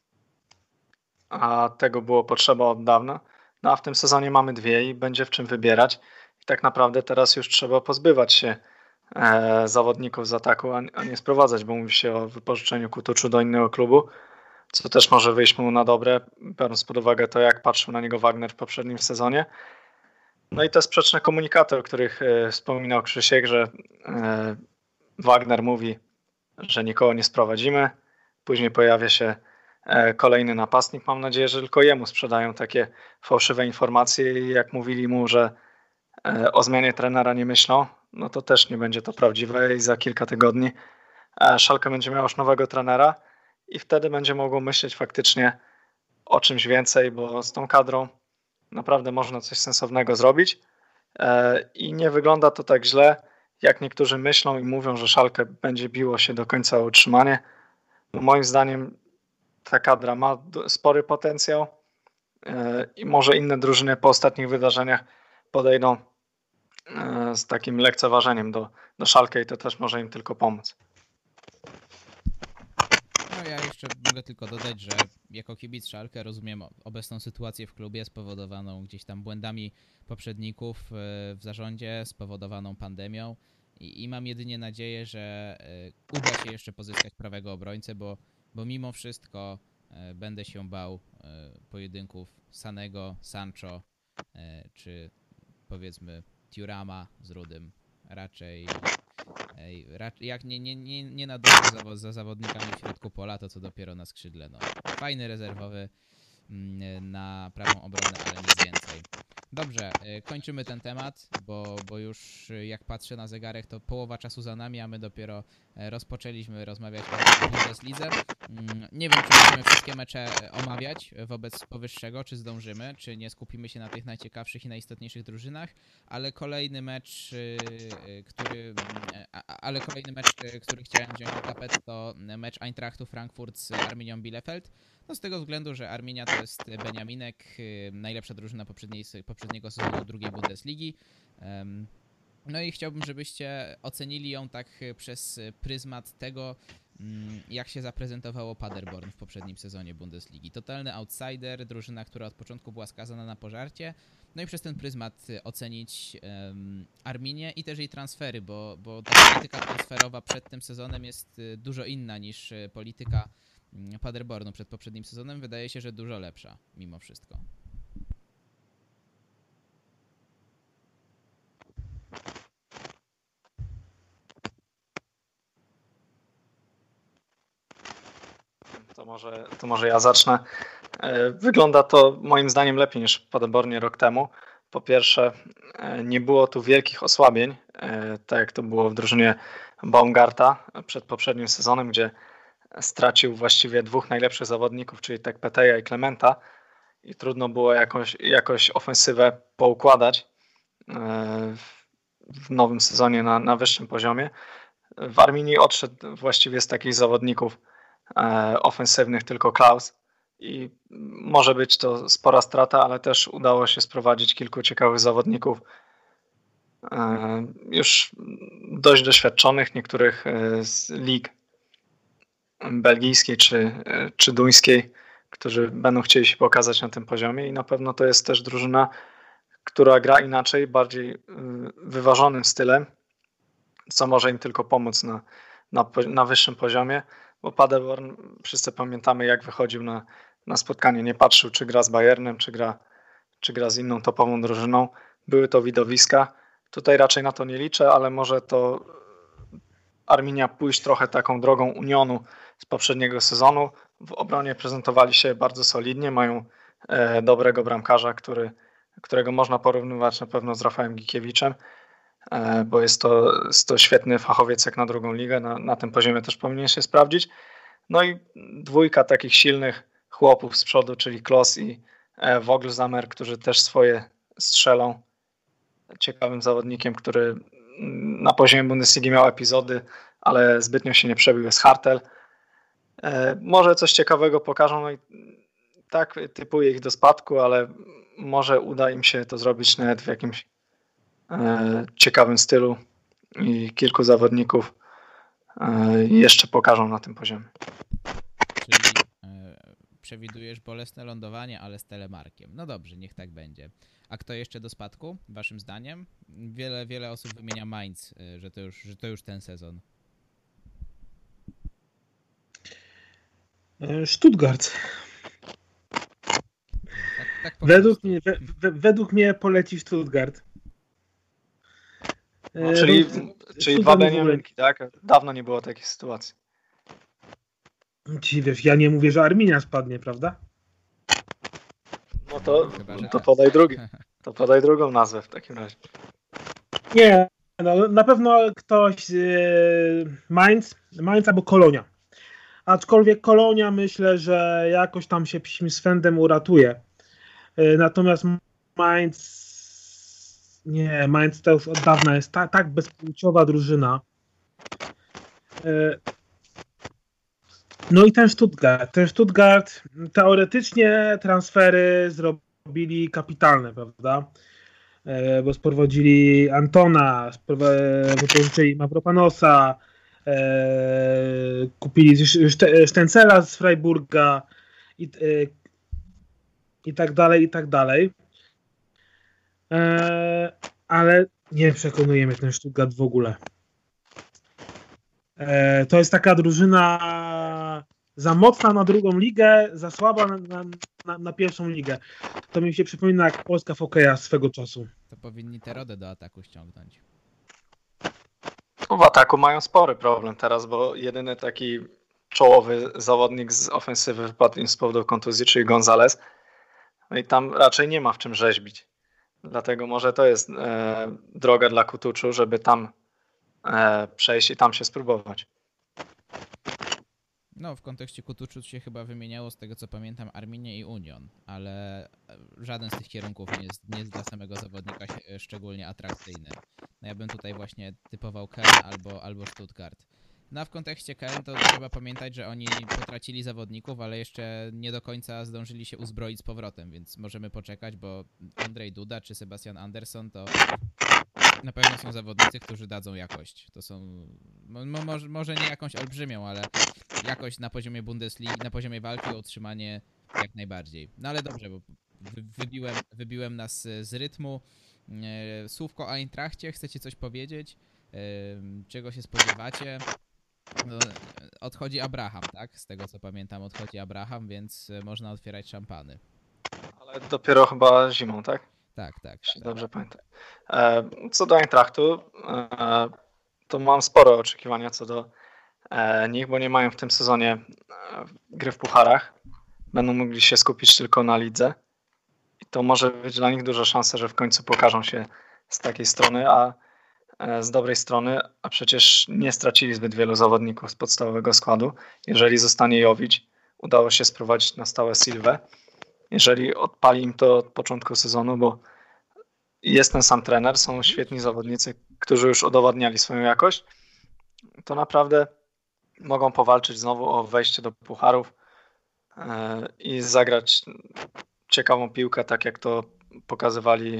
a tego było potrzeba od dawna. No a w tym sezonie mamy dwie i będzie w czym wybierać. I tak naprawdę teraz już trzeba pozbywać się e, zawodników z ataku, a, a nie sprowadzać, bo mówi się o wypożyczeniu Kutuczu do innego klubu, co też może wyjść mu na dobre, biorąc pod uwagę to, jak patrzył na niego Wagner w poprzednim sezonie. No i te sprzeczne komunikaty, o których e, wspominał Krzysiek, że e, Wagner mówi, że nikogo nie sprowadzimy, później pojawia się e, kolejny napastnik. Mam nadzieję, że tylko jemu sprzedają takie fałszywe informacje i jak mówili mu, że e, o zmianie trenera nie myślą, no to też nie będzie to prawdziwe i za kilka tygodni e, Schalke będzie miał już nowego trenera i wtedy będzie mogło myśleć faktycznie o czymś więcej, bo z tą kadrą naprawdę można coś sensownego zrobić i nie wygląda to tak źle, jak niektórzy myślą i mówią, że Schalke będzie biło się do końca o utrzymanie. No moim zdaniem ta kadra ma spory potencjał i może inne drużyny po ostatnich wydarzeniach podejdą z takim lekceważeniem do, do Schalke i to też może im tylko pomóc. No ja jeszcze mogę tylko dodać, że jako kibic Schalke rozumiem obecną sytuację w klubie spowodowaną gdzieś tam błędami poprzedników w zarządzie, spowodowaną pandemią i, i mam jedynie nadzieję, że uda się jeszcze pozyskać prawego obrońcę, bo, bo mimo wszystko będę się bał pojedynków Sanego, Sancho czy powiedzmy Thuram'a z Rudym. Raczej Ej, jak nie, nie, nie, nie nadąży za, za zawodnikami w środku pola, to co dopiero na skrzydle. No, fajny rezerwowy na prawą obronę, ale nic więcej. Dobrze, kończymy ten temat, bo, bo już jak patrzę na zegarek, to połowa czasu za nami, a my dopiero rozpoczęliśmy rozmawiać o Bundeslidze. Nie wiem, czy będziemy wszystkie mecze omawiać wobec powyższego, czy zdążymy, czy nie skupimy się na tych najciekawszych i najistotniejszych drużynach, ale kolejny mecz, który, ale kolejny mecz, który chciałem wziąć na tapet, to mecz Eintrachtu Frankfurt z Arminią Bielefeld. No z tego względu, że Arminia to jest Beniaminek, najlepsza drużyna poprzedniej, poprzedniego sezonu drugiej Bundesligi. No i chciałbym, żebyście ocenili ją tak przez pryzmat tego, jak się zaprezentowało Paderborn w poprzednim sezonie Bundesligi. Totalny outsider, drużyna, która od początku była skazana na pożarcie. No i przez ten pryzmat ocenić um, Arminię i też jej transfery, bo, bo ta polityka transferowa przed tym sezonem jest dużo inna niż polityka Paderbornu przed poprzednim sezonem. Wydaje się, że dużo lepsza mimo wszystko. To może, to może ja zacznę. Wygląda to moim zdaniem lepiej niż w Paderbornie rok temu. Po pierwsze, nie było tu wielkich osłabień, tak jak to było w drużynie Baumgarta przed poprzednim sezonem, gdzie stracił właściwie dwóch najlepszych zawodników, czyli Tekpeteja i Klementa, i trudno było jakoś, jakoś ofensywę poukładać w nowym sezonie na, na wyższym poziomie. W Arminii odszedł właściwie z takich zawodników ofensywnych tylko Klaus i może być to spora strata, ale też udało się sprowadzić kilku ciekawych zawodników już dość doświadczonych, niektórych z lig belgijskiej czy, czy duńskiej, którzy będą chcieli się pokazać na tym poziomie, i na pewno to jest też drużyna, która gra inaczej, bardziej wyważonym stylem, co może im tylko pomóc na, na, na wyższym poziomie, bo Paderborn, wszyscy pamiętamy, jak wychodził na, na spotkanie, nie patrzył, czy gra z Bayernem, czy gra, czy gra z inną topową drużyną. Były to widowiska. Tutaj raczej na to nie liczę, ale może to Arminia pójść trochę taką drogą Unionu z poprzedniego sezonu. W obronie prezentowali się bardzo solidnie, mają e, dobrego bramkarza, który, którego można porównywać na pewno z Rafałem Gikiewiczem, e, bo jest to, jest to świetny fachowiec jak na drugą ligę, na, na tym poziomie też powinien się sprawdzić. No i dwójka takich silnych chłopów z przodu, czyli Klos i e, Vogelsammer, którzy też swoje strzelą. Ciekawym zawodnikiem, który na poziomie Bundesligi miał epizody, ale zbytnio się nie przebił, jest Hartel. E, może coś ciekawego pokażą, no i tak typuję ich do spadku, ale może uda im się to zrobić nawet w jakimś e, ciekawym stylu i kilku zawodników e, jeszcze pokażą na tym poziomie. Czyli e, przewidujesz bolesne lądowanie, ale z telemarkiem. No dobrze, niech tak będzie. A kto jeszcze do spadku, waszym zdaniem? Wiele, wiele osób wymienia Mainz, że to już, że to już ten sezon. Stuttgart. Tak, tak według, mnie, we, we, według mnie poleci Stuttgart. No, czyli czyli dwa Beniaminki, tak? Dawno nie było takiej sytuacji. Ci wiesz, ja nie mówię, że Arminia spadnie, prawda? No to, Chyba, to tak. podaj drugi. To podaj drugą nazwę w takim razie. Nie, no, na pewno ktoś z yy, Mainz, Mainz albo Kolonia. Aczkolwiek Kolonia myślę, że jakoś tam się psim swędem uratuje. Yy, natomiast Mainz, nie, Mainz to już od dawna jest ta, tak bezpłciowa drużyna. Yy, no i ten Stuttgart. Ten Stuttgart teoretycznie transfery zrobili kapitalne, prawda? E, bo sprowadzili Antona, wypożyczyli Mavropanosa, e, kupili Sztencela z Freiburga i, e, i tak dalej, i tak dalej. E, ale nie przekonuje mnie ten Stuttgart w ogóle. E, to jest taka drużyna za mocna na drugą ligę, za słaba na, na, na, na pierwszą ligę. To mi się przypomina jak Polska w hokeja swego czasu. To powinni Terodę do ataku ściągnąć. W ataku mają spory problem teraz, bo jedyny taki czołowy zawodnik z ofensywy wpadł im z powodu kontuzji, czyli Gonzalez. No i tam raczej nie ma w czym rzeźbić. Dlatego może to jest e, droga dla Kutuczu, żeby tam e, przejść i tam się spróbować. No, w kontekście Kutuczu się chyba wymieniało, z tego co pamiętam, Arminię i Union, ale żaden z tych kierunków nie jest, nie jest dla samego zawodnika szczególnie atrakcyjny. No ja bym tutaj właśnie typował Köln albo, albo Stuttgart. No a w kontekście Köln to trzeba pamiętać, że oni potracili zawodników, ale jeszcze nie do końca zdążyli się uzbroić z powrotem, więc możemy poczekać, bo Andrzej Duda czy Sebastian Andersson to na pewno są zawodnicy, którzy dadzą jakość. To są, mo, może, może nie jakąś olbrzymią, ale jakość na poziomie Bundesligi, na poziomie walki o utrzymanie jak najbardziej. No ale dobrze, bo wy, wybiłem, wybiłem nas z rytmu. E, słówko o Eintrachcie, chcecie coś powiedzieć? E, czego się spodziewacie? No, odchodzi Abraham, tak? Z tego co pamiętam, odchodzi Abraham, więc można otwierać szampany. Ale dopiero chyba zimą, tak? Tak, tak. Jeśli tak. dobrze pamiętam. E, co do Eintrachtu, e, to mam spore oczekiwania co do e, nich, bo nie mają w tym sezonie e, gry w pucharach. Będą mogli się skupić tylko na lidze. I to może być dla nich duża szansa, że w końcu pokażą się z takiej strony, a e, z dobrej strony, a przecież nie stracili zbyt wielu zawodników z podstawowego składu. Jeżeli zostanie Jović, udało się sprowadzić na stałe Silwę. Jeżeli odpali im to od początku sezonu, bo jest ten sam trener, są świetni zawodnicy, którzy już udowadniali swoją jakość, to naprawdę mogą powalczyć znowu o wejście do pucharów i zagrać ciekawą piłkę, tak jak to pokazywali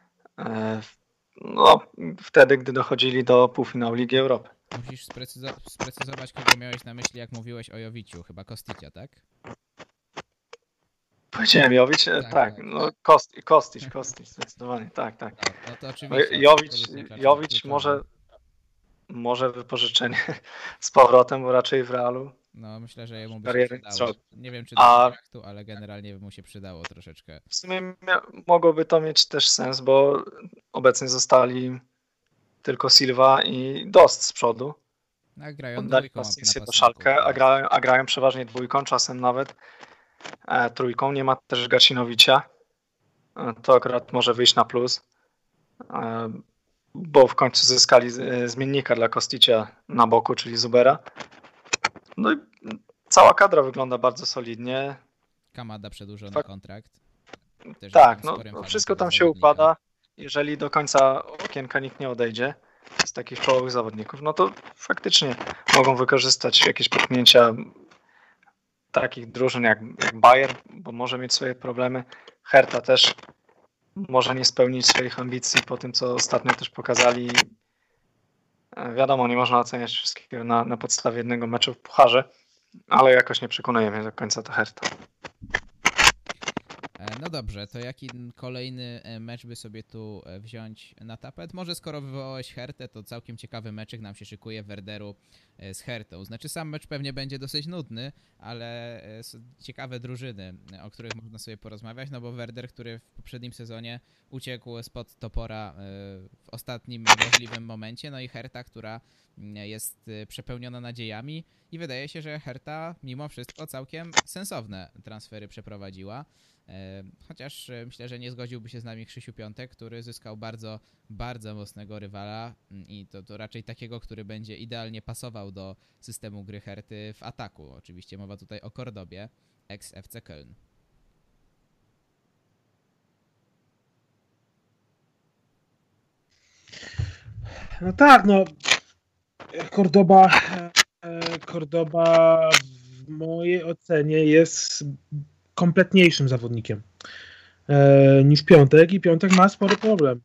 no, wtedy, gdy dochodzili do półfinału Ligi Europy. Musisz sprecyzo- sprecyzować, kogo miałeś na myśli, jak mówiłeś o Jowiciu. Chyba Kosticia, tak? Powiedziałem Jović? Tak, tak, tak. tak. No, Kostić, Kostić, Kostić, zdecydowanie, tak, tak. No, no to oczywiście. Jović, Jović może, może wypożyczenie z powrotem, bo raczej w Realu. No myślę, że jemu by się przydało. Nie wiem, czy do A... kontraktu, ale generalnie by mu się przydało troszeczkę. W sumie mia- mogłoby to mieć też sens, bo obecnie zostali tylko Silva i Dost z przodu. A grają Oddali dwójką pasję do Szalkę, a grają, a grają przeważnie dwójką, czasem nawet e, trójką. Nie ma też Gacinowicza. E, to akurat może wyjść na plus. E, bo w końcu zyskali z, zmiennika dla Kosticia na boku, czyli Zubera. No i cała kadra wygląda bardzo solidnie. Kamada przedłużony Fak- kontrakt. Też tak, no, no, wszystko tam się układa. Jeżeli do końca okienka nikt nie odejdzie z takich czołowych zawodników, no to faktycznie mogą wykorzystać jakieś potknięcia takich drużyn jak, jak Bayern, bo może mieć swoje problemy. Hertha też może nie spełnić swoich ambicji po tym, co ostatnio też pokazali. Wiadomo, nie można oceniać wszystkiego na, na podstawie jednego meczu w pucharze, ale jakoś nie przekonuje mnie do końca ta Hertha. No dobrze, to jaki kolejny mecz by sobie tu wziąć na tapet? Może skoro wywołałeś Hertę, to całkiem ciekawy meczek nam się szykuje Werderu z Hertą. Znaczy sam mecz pewnie będzie dosyć nudny, ale ciekawe drużyny, o których można sobie porozmawiać, no bo Werder, który w poprzednim sezonie uciekł spod topora w ostatnim możliwym momencie, no i Herta, która jest przepełniona nadziejami i wydaje się, że Herta mimo wszystko całkiem sensowne transfery przeprowadziła. Chociaż myślę, że nie zgodziłby się z nami Krzysiu Piątek, który zyskał bardzo, bardzo mocnego rywala i to, to raczej takiego, który będzie idealnie pasował do systemu gry Herty w ataku. Oczywiście mowa tutaj o Kordobie, ex-F C Köln. No tak, no Kordoba, Kordoba w mojej ocenie jest kompletniejszym zawodnikiem e, niż Piątek i Piątek ma spory problem.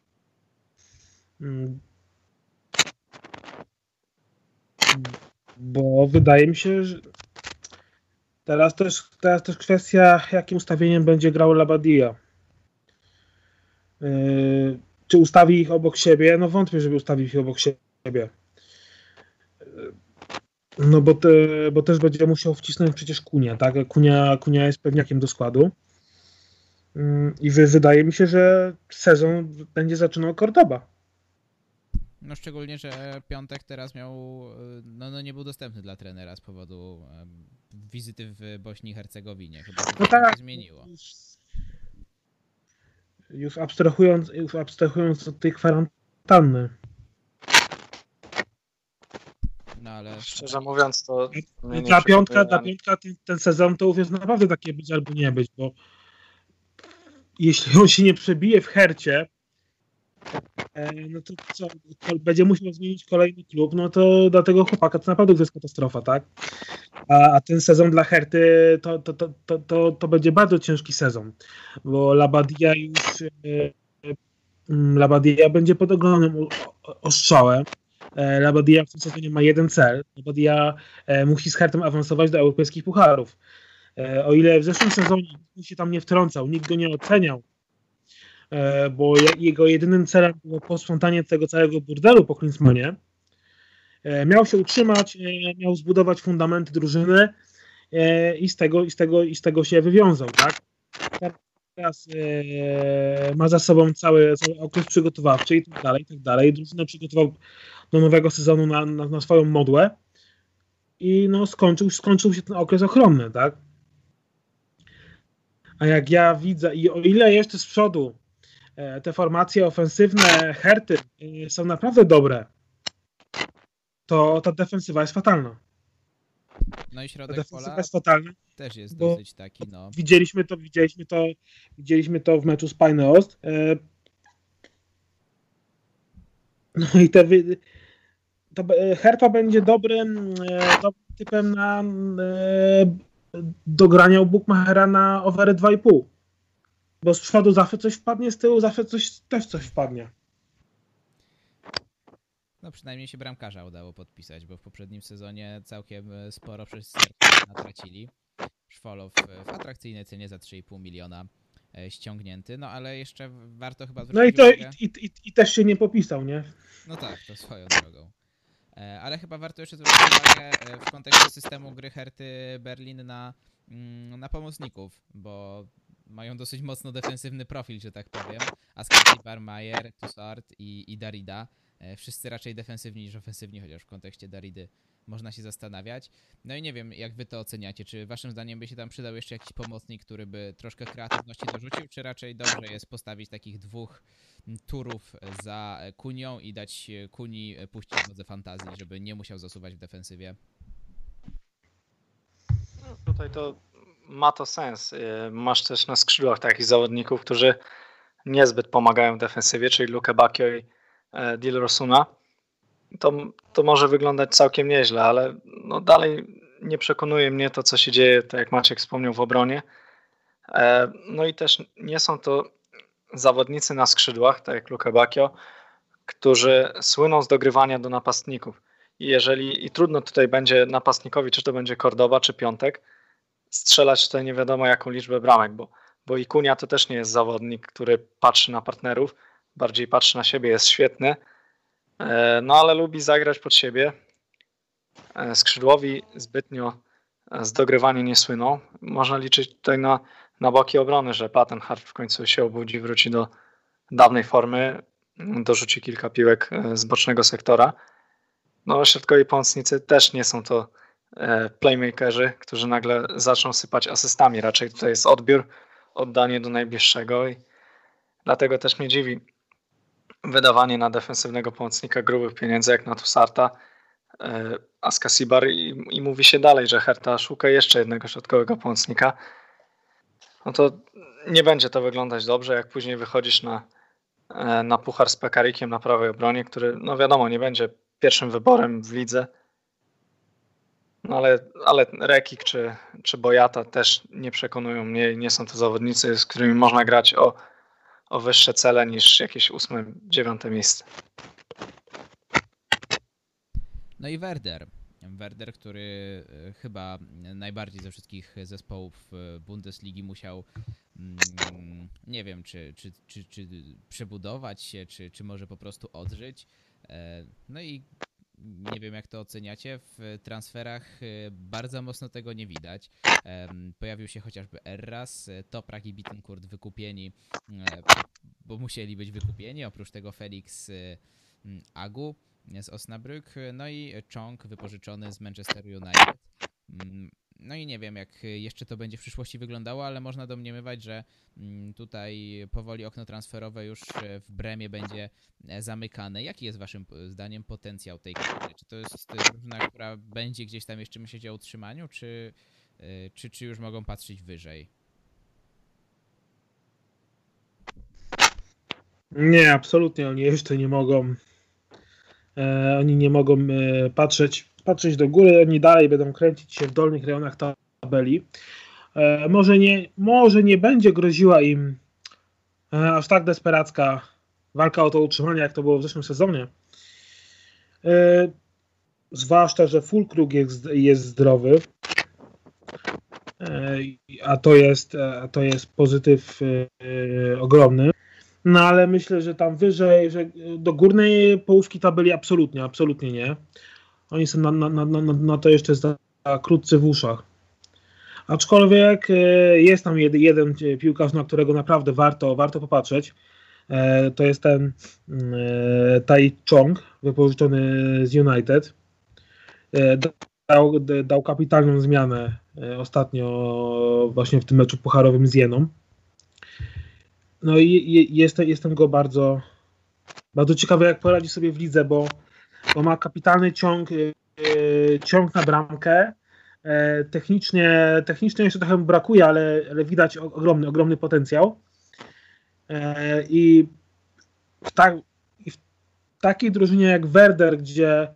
Bo wydaje mi się, że teraz też, teraz też kwestia, jakim ustawieniem będzie grał Labadia. E, czy ustawi ich obok siebie? No wątpię, żeby ustawił ich obok siebie. No bo, te, bo też będzie musiał wcisnąć przecież Kunia, tak? Kunia, Kunia jest pewniakiem do składu. I wy, wydaje mi się, że sezon będzie zaczynał Kordoba. No szczególnie, że Piątek teraz miał, no, no nie był dostępny dla trenera z powodu um, wizyty w Bośni i Hercegowinie. Chyba to No się tak, zmieniło. już, już, abstrahując, już abstrahując od tej kwarantanny. No ale... Szczerze mówiąc, to mnie nie Dla Piątka, przekonuje dla ani- Piątka ten, ten sezon to już jest naprawdę takie być albo nie być, bo jeśli on się nie przebije w Hercie, e, no to co, to będzie musiał zmienić kolejny klub, no to dla tego chłopaka to naprawdę już jest katastrofa, tak? A, a ten sezon dla Herty to, to, to, to, to, to będzie bardzo ciężki sezon, bo Labadia już e, mm, Labadia będzie pod ogromnym o- o- ostrzałem. E, Labadia w tym sezonie ma jeden cel. Labadia e, musi z Hertą awansować do europejskich pucharów. E, o ile w zeszłym sezonie nikt się tam nie wtrącał, nikt go nie oceniał, e, bo je, jego jedynym celem było posprzątanie tego całego burdelu po Klinsmanie. E, miał się utrzymać, e, miał zbudować fundamenty drużyny e, i, z tego, i, z tego, i z tego się wywiązał, tak? Teraz e, ma za sobą cały, cały okres przygotowawczy i tak dalej, i tak dalej. Drużynę przygotował do nowego sezonu na, na, na swoją modłę i no skończył, skończył się ten okres ochronny, tak? A jak ja widzę, i o ile jeszcze z przodu e, te formacje ofensywne Herty e, są naprawdę dobre, to ta defensywa jest fatalna. No i Ta środek defensywa pola jest fatalna. też jest bo- dosyć taki, no... Widzieliśmy to, widzieliśmy to, widzieliśmy to w meczu z Pajnost. E, no i te wy, to be- Herta będzie dobrym, e, dobrym typem na e, do grania u Bookmachera na overy dwa i pół. Bo z przodu zawsze coś wpadnie, z tyłu zawsze coś, też coś wpadnie. No przynajmniej się bramkarza udało podpisać, bo w poprzednim sezonie całkiem e, sporo przez natracili. Szwolow e, w atrakcyjnej cenie za trzy i pół miliona e, ściągnięty, no ale jeszcze warto chyba zwrócić No i, to, uwagę... i, i, i też się nie popisał, nie? No tak, to swoją drogą. E, Ale chyba warto jeszcze zwrócić uwagę e, w kontekście systemu gry Herty Berlin na, mm, na pomocników, bo mają dosyć mocno defensywny profil, że tak powiem. Askari, Barmayer, Tussart i, i Darida. E, Wszyscy raczej defensywni niż ofensywni, chociaż w kontekście Daridy można się zastanawiać. No i nie wiem, jak wy to oceniacie. Czy waszym zdaniem by się tam przydał jeszcze jakiś pomocnik, który by troszkę kreatywności dorzucił, czy raczej dobrze jest postawić takich dwóch turów za Kunią i dać Kuni puścić wodze fantazji, żeby nie musiał zasuwać w defensywie? Tutaj to ma to sens. Masz też na skrzydłach takich zawodników, którzy niezbyt pomagają w defensywie, czyli Luke Bacchio i Dil Rosuna. To, to może wyglądać całkiem nieźle, ale no dalej nie przekonuje mnie to, co się dzieje, tak jak Maciek wspomniał, w obronie. No i też nie są to zawodnicy na skrzydłach, tak jak Luke Bacchio, którzy słyną z dogrywania do napastników. I jeżeli i trudno tutaj będzie napastnikowi, czy to będzie Cordoba, czy Piątek, strzelać tutaj nie wiadomo jaką liczbę bramek, bo, bo i Kunia to też nie jest zawodnik, który patrzy na partnerów, bardziej patrzy na siebie, jest świetny, no ale lubi zagrać pod siebie. Skrzydłowi zbytnio z dogrywania nie słyną. Można liczyć tutaj na, na boki obrony, że Plattenhardt w końcu się obudzi, wróci do dawnej formy, dorzuci kilka piłek z bocznego sektora. No środkowi pomocnicy też nie są to playmakerzy, którzy nagle zaczną sypać asystami. Raczej tutaj jest odbiór, oddanie do najbliższego i dlatego też mnie dziwi wydawanie na defensywnego pomocnika grubych pieniędzy jak na Tussarta, Askasibar i, i mówi się dalej, że Herta szuka jeszcze jednego środkowego pomocnika. No to nie będzie to wyglądać dobrze, jak później wychodzisz na, na puchar z Pekarikiem na prawej obronie, który no wiadomo nie będzie pierwszym wyborem w lidze. No ale, ale Rekik czy, czy Boyata też nie przekonują mnie. Nie są to zawodnicy, z którymi można grać o, o wyższe cele niż jakieś ósme, dziewiąte miejsce. No i Werder. Werder, który chyba najbardziej ze wszystkich zespołów Bundesligi musiał, nie wiem, czy, czy, czy, czy przebudować się, czy, czy może po prostu odżyć. No i nie wiem, jak to oceniacie. W transferach bardzo mocno tego nie widać. Pojawił się chociażby Erras, Toprak i Bittencourt wykupieni, bo musieli być wykupieni. Oprócz tego Felix Agu z Osnabrück, no i Chong wypożyczony z Manchester United. No i nie wiem, jak jeszcze to będzie w przyszłości wyglądało, ale można domniemywać, że tutaj powoli okno transferowe już w Bremie będzie zamykane. Jaki jest waszym zdaniem potencjał tej kadry? Czy to jest drużyna, która będzie gdzieś tam jeszcze myśleć o utrzymaniu, czy, czy, czy już mogą patrzeć wyżej? Nie, absolutnie oni jeszcze nie mogą e, oni nie mogą e, patrzeć, patrzeć do góry, oni dalej będą kręcić się w dolnych rejonach tabeli. E, może, nie, może nie będzie groziła im e, aż tak desperacka walka o to utrzymanie, jak to było w zeszłym sezonie. E, zwłaszcza, że Füllkrug jest, jest zdrowy, e, a to jest, a to jest pozytyw e, ogromny. No ale myślę, że tam wyżej, że do górnej połówki tabeli absolutnie, absolutnie nie. Oni są na, na, na, na, na to jeszcze za krótcy w uszach. Aczkolwiek jest tam jeden, jeden piłkarz, na którego naprawdę warto, warto popatrzeć. To jest ten Tai Chong, wypożyczony z United. Dał, dał kapitalną zmianę ostatnio właśnie w tym meczu pucharowym z Jeną. No i jestem, jestem go bardzo, bardzo ciekawy, jak poradzi sobie w lidze, bo, bo ma kapitalny ciąg, ciąg na bramkę. Technicznie, technicznie jeszcze trochę mu brakuje, ale, ale widać ogromny, ogromny potencjał. I w, ta, i w takiej drużynie jak Werder, gdzie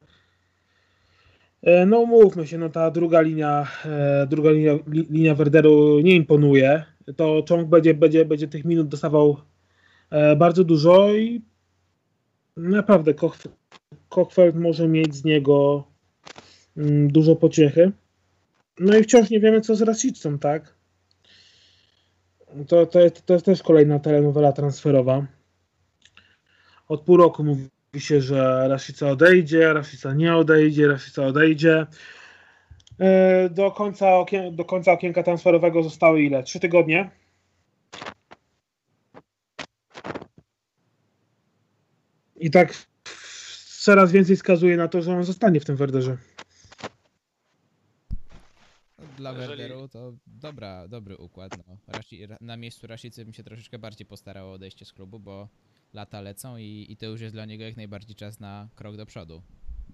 no umówmy się, no ta druga linia, druga linia, linia Werderu nie imponuje, to Chong będzie, będzie, będzie tych minut dostawał bardzo dużo i naprawdę Kochfeld może mieć z niego dużo pociechy. No i wciąż nie wiemy, co z Rasicą, tak? To, to, jest, to jest też kolejna telenowela transferowa. Od pół roku mówi się, że Rashica odejdzie, Rashica nie odejdzie, Rashica odejdzie. Do końca, okien- do końca okienka transferowego zostały ile? Trzy tygodnie? I tak coraz więcej wskazuje na to, że on zostanie w tym Werderze. Dla Jeżeli- Werderu to dobra, dobry układ. No. Rashi, na miejscu Rashicy bym się troszeczkę bardziej postarało o odejście z klubu, bo lata lecą i, i to już jest dla niego jak najbardziej czas na krok do przodu.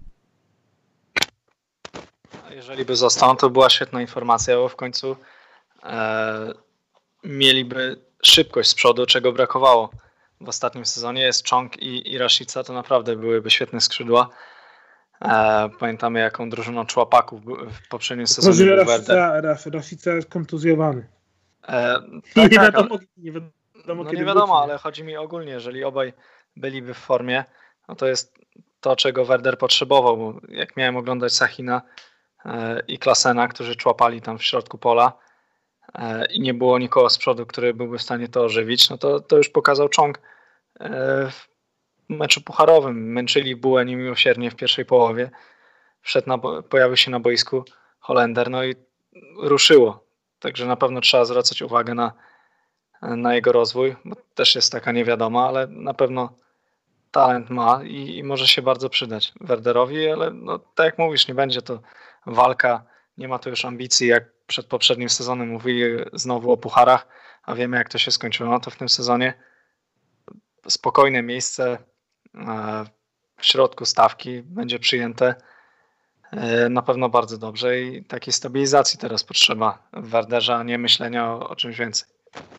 A jeżeli by został, to była świetna informacja, bo w końcu e, mieliby szybkość z przodu, czego brakowało w ostatnim sezonie. Jest Chong i, i Rashica, to naprawdę byłyby świetne skrzydła. E, pamiętamy, jaką drużyną człapaków w poprzednim sezonie był Werder. Rashica jest kontuzjowany. E, Tak, tak, nie tak, wiadomo, ale, nie wiadomo, no kiedy nie wiadomo, wróci. ale chodzi mi ogólnie, jeżeli obaj byliby w formie, no to jest to, czego Werder potrzebował, bo jak miałem oglądać Sachina e, i Klasena, którzy człapali tam w środku pola e, i nie było nikogo z przodu, który byłby w stanie to ożywić, no to, to już pokazał Chong e, w meczu pucharowym. Męczyli Bułę niemiłosiernie w pierwszej połowie. Wszedł na, pojawił się na boisku Holender, no i ruszyło. Także na pewno trzeba zwracać uwagę na, na jego rozwój, bo też jest taka niewiadoma, ale na pewno talent ma i, i może się bardzo przydać Werderowi, ale no, tak jak mówisz, nie będzie to walka, nie ma to już ambicji, jak przed poprzednim sezonem mówili znowu o pucharach, a wiemy, jak to się skończyło. No to w tym sezonie spokojne miejsce w środku stawki będzie przyjęte na pewno bardzo dobrze i takiej stabilizacji teraz potrzeba w Werderze, a nie myślenia o, o czymś więcej.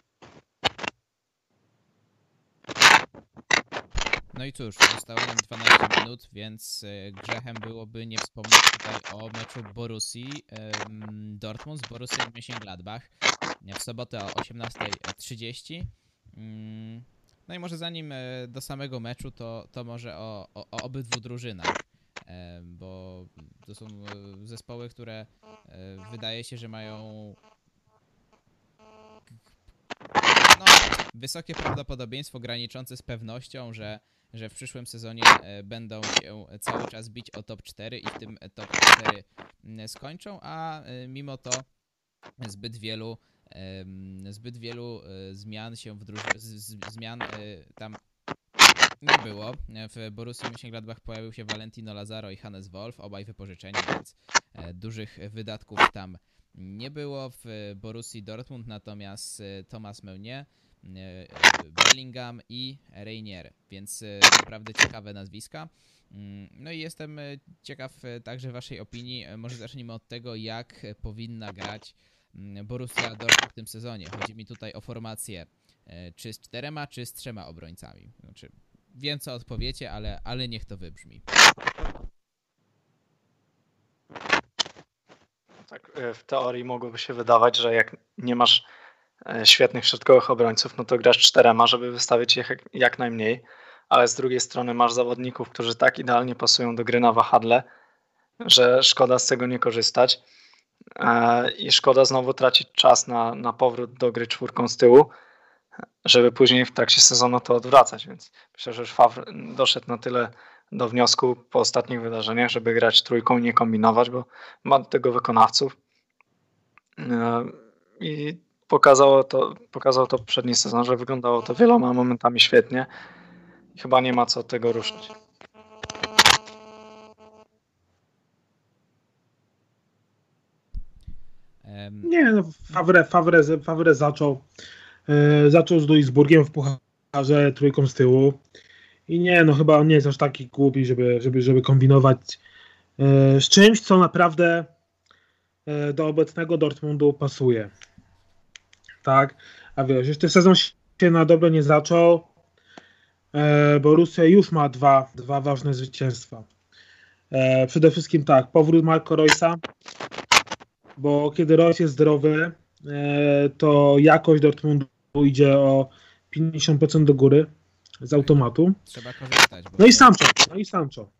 No i cóż, zostało nam dwanaście minut, więc grzechem byłoby nie wspomnieć tutaj o meczu Borussii um, Dortmund z Borussią Mönchengladbach w sobotę o osiemnasta trzydzieści. Um, no i może zanim do samego meczu, to, to może o, o, o obydwu drużynach, um, bo to są zespoły, które um, wydaje się, że mają no, wysokie prawdopodobieństwo graniczące z pewnością, że że w przyszłym sezonie będą się cały czas bić o top cztery i w tym top cztery skończą, a mimo to zbyt wielu zbyt wielu zmian się w drużynie, zmian tam Nie było. W Borussii Mönchengladbach pojawił się Valentino Lazaro i Hannes Wolf, obaj wypożyczeni, więc dużych wydatków tam nie było. W Borussii Dortmund natomiast Thomas Meunier, Bellingham i Reinier, więc naprawdę ciekawe nazwiska. No i jestem ciekaw także waszej opinii. Może zacznijmy od tego, jak powinna grać Borussia Dortmund w tym sezonie. Chodzi mi tutaj o formację czy z czterema, czy z trzema obrońcami. Znaczy, wiem co odpowiecie, ale, ale niech to wybrzmi. Tak, w teorii mogłoby się wydawać, że jak nie masz świetnych środkowych obrońców, no to grasz czterema, żeby wystawić ich jak, jak najmniej, ale z drugiej strony masz zawodników, którzy tak idealnie pasują do gry na wahadle, że szkoda z tego nie korzystać i szkoda znowu tracić czas na, na powrót do gry czwórką z tyłu, żeby później w trakcie sezonu to odwracać, więc myślę, że już Favre doszedł na tyle do wniosku po ostatnich wydarzeniach, żeby grać trójką i nie kombinować, bo ma do tego wykonawców i pokazało to, pokazał to poprzedni sezon, że wyglądało to wieloma momentami świetnie i chyba nie ma co od tego ruszyć. Nie, no Favre, Favre, Favre zaczął e, zaczął z Duisburgiem w pucharze trójką z tyłu i nie, no chyba on nie jest aż taki głupi, żeby, żeby, żeby kombinować e, z czymś, co naprawdę e, do obecnego Dortmundu pasuje. Tak, a wiesz, jeszcze sezon się na dobre nie zaczął, e, Borussia już ma dwa, dwa ważne zwycięstwa. E, przede wszystkim tak, powrót Marco Reusa, bo kiedy Reus jest zdrowy, e, to jakość Dortmundu idzie o pięćdziesiąt procent do góry z automatu. Trzeba korzystać. No i Sancho, no i Sancho.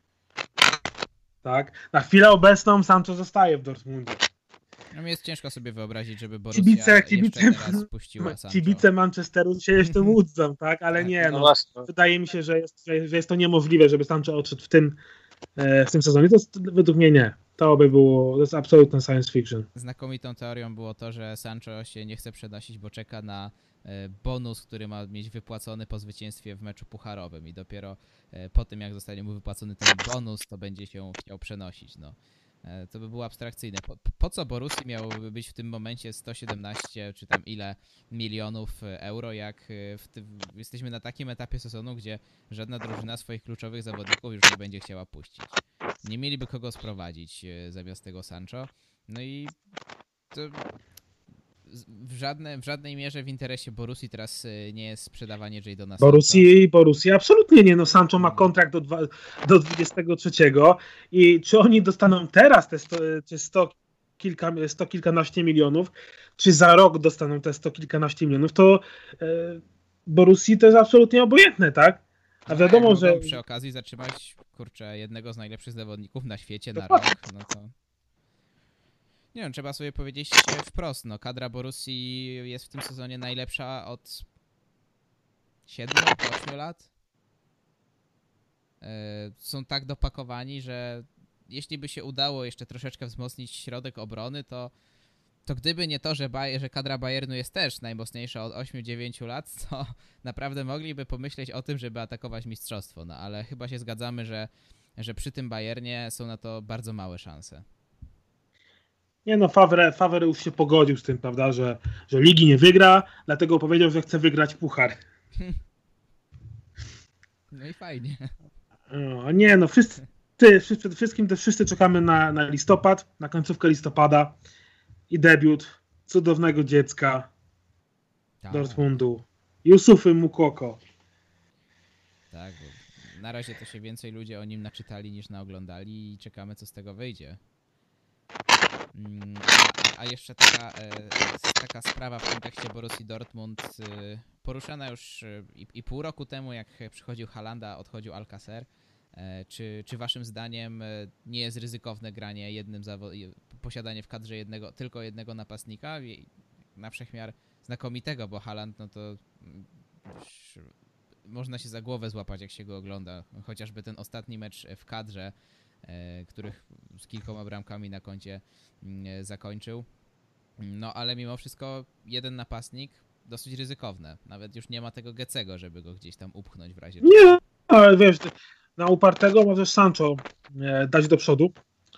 Tak, na chwilę obecną Sancho zostaje w Dortmundzie. No mi jest ciężko sobie wyobrazić, żeby Borussia Kibice, kibice, jeszcze teraz puściła Sancho. Kibice Manchesteru się jeszcze łudzą, tak? Ale Tak, nie, no no. właśnie. Wydaje mi się, że jest, że jest to niemożliwe, żeby Sancho odszedł w tym, e, w tym sezonie. To jest, według mnie nie. To by było, to jest absolutny science fiction. Znakomitą teorią było to, że Sancho się nie chce przenosić, bo czeka na e, bonus, który ma mieć wypłacony po zwycięstwie w meczu pucharowym i dopiero e, po tym, jak zostanie mu wypłacony ten bonus, to będzie się chciał przenosić. No. E, to by było abstrakcyjne. Po, po co Borussii miałoby być w tym momencie sto siedemnaście czy tam ile milionów euro, jak w ty, jesteśmy na takim etapie sezonu, gdzie żadna drużyna swoich kluczowych zawodników już nie będzie chciała puścić. Nie mieliby kogo sprowadzić zamiast tego Sancho. No i to w, żadne, w żadnej mierze w interesie Borussii teraz nie jest sprzedawanie Jadona Sancho. Borussii, Borussii absolutnie nie. No Sancho ma kontrakt do, dwa, do dwudziestego trzeciego i czy oni dostaną teraz te sto, czy sto, kilka, sto kilkanaście milionów, czy za rok dostaną te sto kilkanaście milionów, to e, Borussii to jest absolutnie obojętne, tak? A wiadomo, no, że... przy okazji zatrzymać, kurczę, jednego z najlepszych zawodników na świecie na Dokładnie. rok, no to... Nie wiem, trzeba sobie powiedzieć wprost, no kadra Borussii jest w tym sezonie najlepsza od siedmiu, ośmiu lat. Yy, są tak dopakowani, że jeśli by się udało jeszcze troszeczkę wzmocnić środek obrony, to to gdyby nie to, że, Bayer, że kadra Bayernu jest też najmocniejsza od ośmiu dziewięciu lat, to naprawdę mogliby pomyśleć o tym, żeby atakować mistrzostwo. No ale chyba się zgadzamy, że, że przy tym Bayernie są na to bardzo małe szanse. Nie no, Favre, Favre już się pogodził z tym, prawda, że, że ligi nie wygra, dlatego powiedział, że chce wygrać puchar. No i fajnie. O, nie no, wszyscy, wszyscy, przede wszystkim też wszyscy czekamy na, na listopad, na końcówkę listopada i debiut cudownego dziecka Tak, Dortmundu, Youssouphy Moukoko. tak, bo na razie to się więcej ludzie o nim naczytali niż naoglądali i czekamy, co z tego wyjdzie. A jeszcze taka, taka sprawa w kontekście Borussii Dortmund, poruszana już i, i pół roku temu, jak przychodził Haaland, a odchodził Alcacer. Czy, czy waszym zdaniem nie jest ryzykowne granie jednym zawo- posiadanie w kadrze jednego, tylko jednego napastnika? Na wszechmiar znakomitego, bo Haaland, no to już można się za głowę złapać, jak się go ogląda. Chociażby ten ostatni mecz w kadrze, których z kilkoma bramkami na koncie zakończył. No ale mimo wszystko jeden napastnik dosyć ryzykowne. Nawet już nie ma tego Gecego, żeby go gdzieś tam upchnąć w razie. Nie, ale wiesz, na upartego możesz Sancho e, dać do przodu.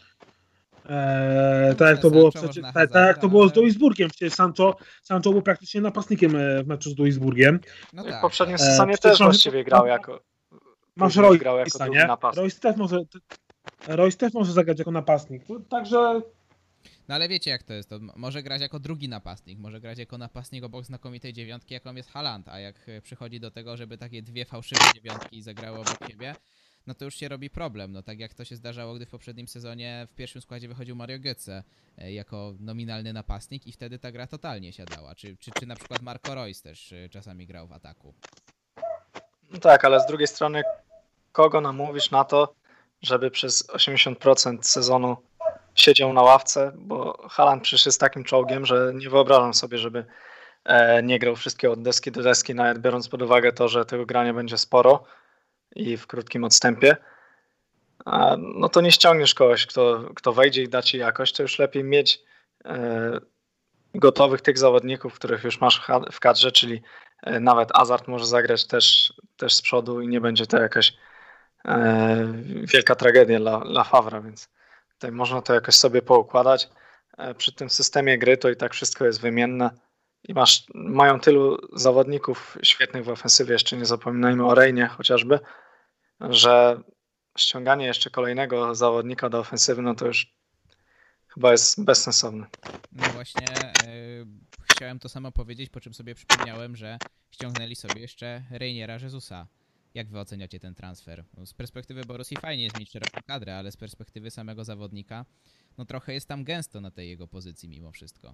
E, tak jak to było przecież, tak, tak jak to było z Duisburgiem. Przecież Sancho, Sancho był praktycznie napastnikiem w meczu z Duisburgiem. No tak, w poprzednim sezonie e, też właściwie grał jako masz Royce'a, nie? Royce też może Royce też może zagrać jako napastnik. Także no ale wiecie jak to jest, to może grać jako drugi napastnik, może grać jako napastnik obok znakomitej dziewiątki, jaką jest Haaland, a jak przychodzi do tego, żeby takie dwie fałszywe dziewiątki zagrały obok siebie, no to już się robi problem, no tak jak to się zdarzało, gdy w poprzednim sezonie w pierwszym składzie wychodził Mario Götze jako nominalny napastnik i wtedy ta gra totalnie siadała, czy, czy, czy na przykład Marco Reus też czasami grał w ataku. No tak, ale z drugiej strony kogo namówisz na to, żeby przez osiemdziesiąt procent sezonu siedział na ławce, bo Haaland przyszedł z takim czołgiem, że nie wyobrażam sobie, żeby e, nie grał wszystkiego od deski do deski, nawet biorąc pod uwagę to, że tego grania będzie sporo i w krótkim odstępie. A, no to nie ściągniesz kogoś, kto, kto wejdzie i da ci jakość, to już lepiej mieć e, gotowych tych zawodników, których już masz w kadrze, czyli e, nawet Hazard może zagrać też, też z przodu i nie będzie to jakaś e, wielka tragedia dla, dla Favra, więc tutaj można to jakoś sobie poukładać. Przy tym systemie gry to i tak wszystko jest wymienne i masz, mają tylu zawodników świetnych w ofensywie, jeszcze nie zapominajmy o Reinie chociażby, że ściąganie jeszcze kolejnego zawodnika do ofensywy, no to już chyba jest bezsensowne. No właśnie yy, chciałem to samo powiedzieć, po czym sobie przypomniałem, że ściągnęli sobie jeszcze Reiniera Jezusa. Jak wy oceniacie ten transfer? Z perspektywy Borussii fajnie jest mieć szeroką kadrę, ale z perspektywy samego zawodnika, no trochę jest tam gęsto na tej jego pozycji mimo wszystko.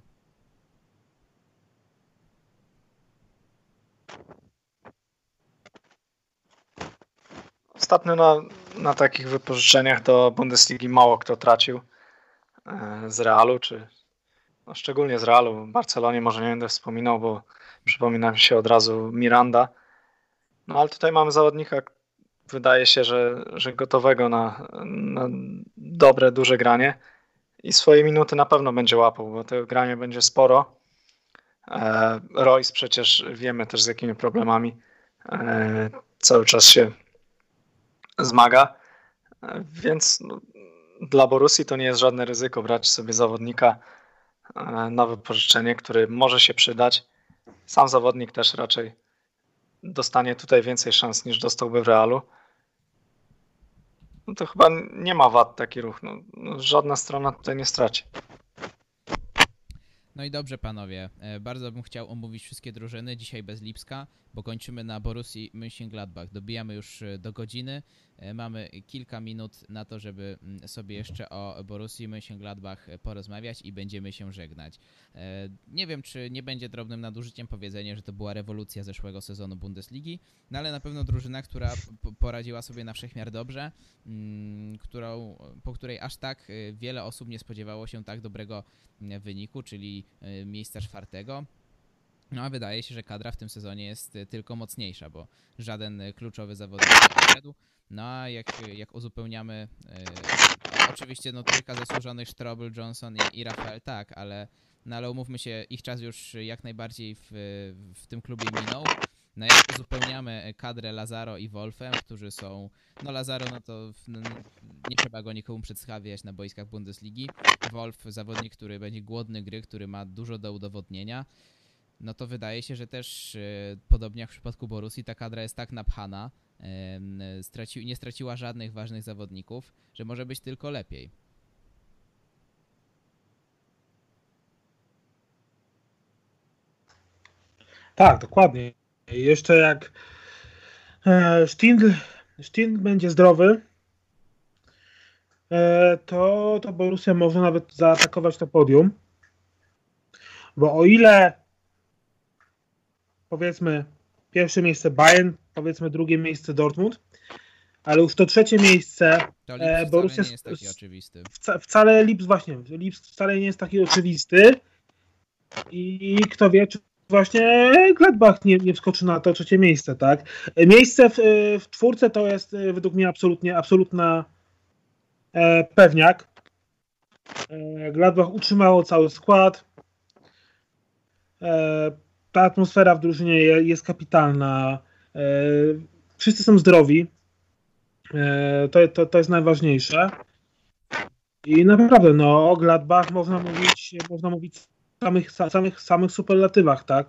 Ostatnio na, na takich wypożyczeniach do Bundesligi mało kto tracił z Realu, czy no szczególnie z Realu. W Barcelonie może nie będę wspominał, bo przypomina mi się od razu Miranda. No ale tutaj mamy zawodnika, wydaje się, że, że gotowego na, na dobre, duże granie i swoje minuty na pewno będzie łapał, bo tego grania będzie sporo. E, Royce przecież wiemy też z jakimi problemami e, cały czas się zmaga, e, więc no, dla Borussii to nie jest żadne ryzyko brać sobie zawodnika e, na wypożyczenie, który może się przydać. Sam zawodnik też raczej dostanie tutaj więcej szans niż dostałby w Realu. No to chyba nie ma wad taki ruch. No, no, żadna strona tutaj nie straci. No i dobrze panowie, bardzo bym chciał omówić wszystkie drużyny, dzisiaj bez Lipska, bo kończymy na Borussii Mönchengladbach. Dobijamy już do godziny, mamy kilka minut na to, żeby sobie jeszcze o Borussii Mönchengladbach porozmawiać i będziemy się żegnać. Nie wiem, czy nie będzie drobnym nadużyciem powiedzenie, że to była rewolucja zeszłego sezonu Bundesligi, no ale na pewno drużyna, która poradziła sobie na wszechmiar dobrze, którą, po której aż tak wiele osób nie spodziewało się tak dobrego wyniku, czyli miejsca czwartego. No a wydaje się, że kadra w tym sezonie jest tylko mocniejsza, bo żaden kluczowy zawodnik nie wszedł. No a jak, jak uzupełniamy, yy, oczywiście no trójka zasłużonych, Strobel, Johnson i, i Rafael, tak, ale, no, ale umówmy się, ich czas już jak najbardziej w, w tym klubie minął. No jak uzupełniamy kadrę Lazaro i Wolfem, którzy są, no Lazaro, no to no, nie trzeba go nikomu przedstawiać na boiskach Bundesligi. Wolf, zawodnik, który będzie głodny gry, który ma dużo do udowodnienia. No to wydaje się, że też yy, podobnie jak w przypadku Borussii, ta kadra jest tak napchana, yy, straci, nie straciła żadnych ważnych zawodników, że może być tylko lepiej. Tak, dokładnie. I jeszcze jak e, Stindl, Stindl będzie zdrowy, e, to, to Borussia może nawet zaatakować to podium. Bo o ile powiedzmy pierwsze miejsce Bayern, powiedzmy drugie miejsce Dortmund, ale już to trzecie miejsce to Lips Borussia nie jest taki oczywisty. Wca, wcale Lips właśnie, Lips wcale nie jest taki oczywisty i kto wie, czy właśnie Gladbach nie, nie wskoczy na to trzecie miejsce, tak? Miejsce w, w czwórce to jest według mnie absolutnie, absolutna e, pewniak. E, Gladbach utrzymało cały skład. E, ta atmosfera w drużynie jest kapitalna. E, wszyscy są zdrowi. E, to, to, to jest najważniejsze. I naprawdę, no o Gladbach można mówić, można mówić w samych, samych, samych superlatywach, tak?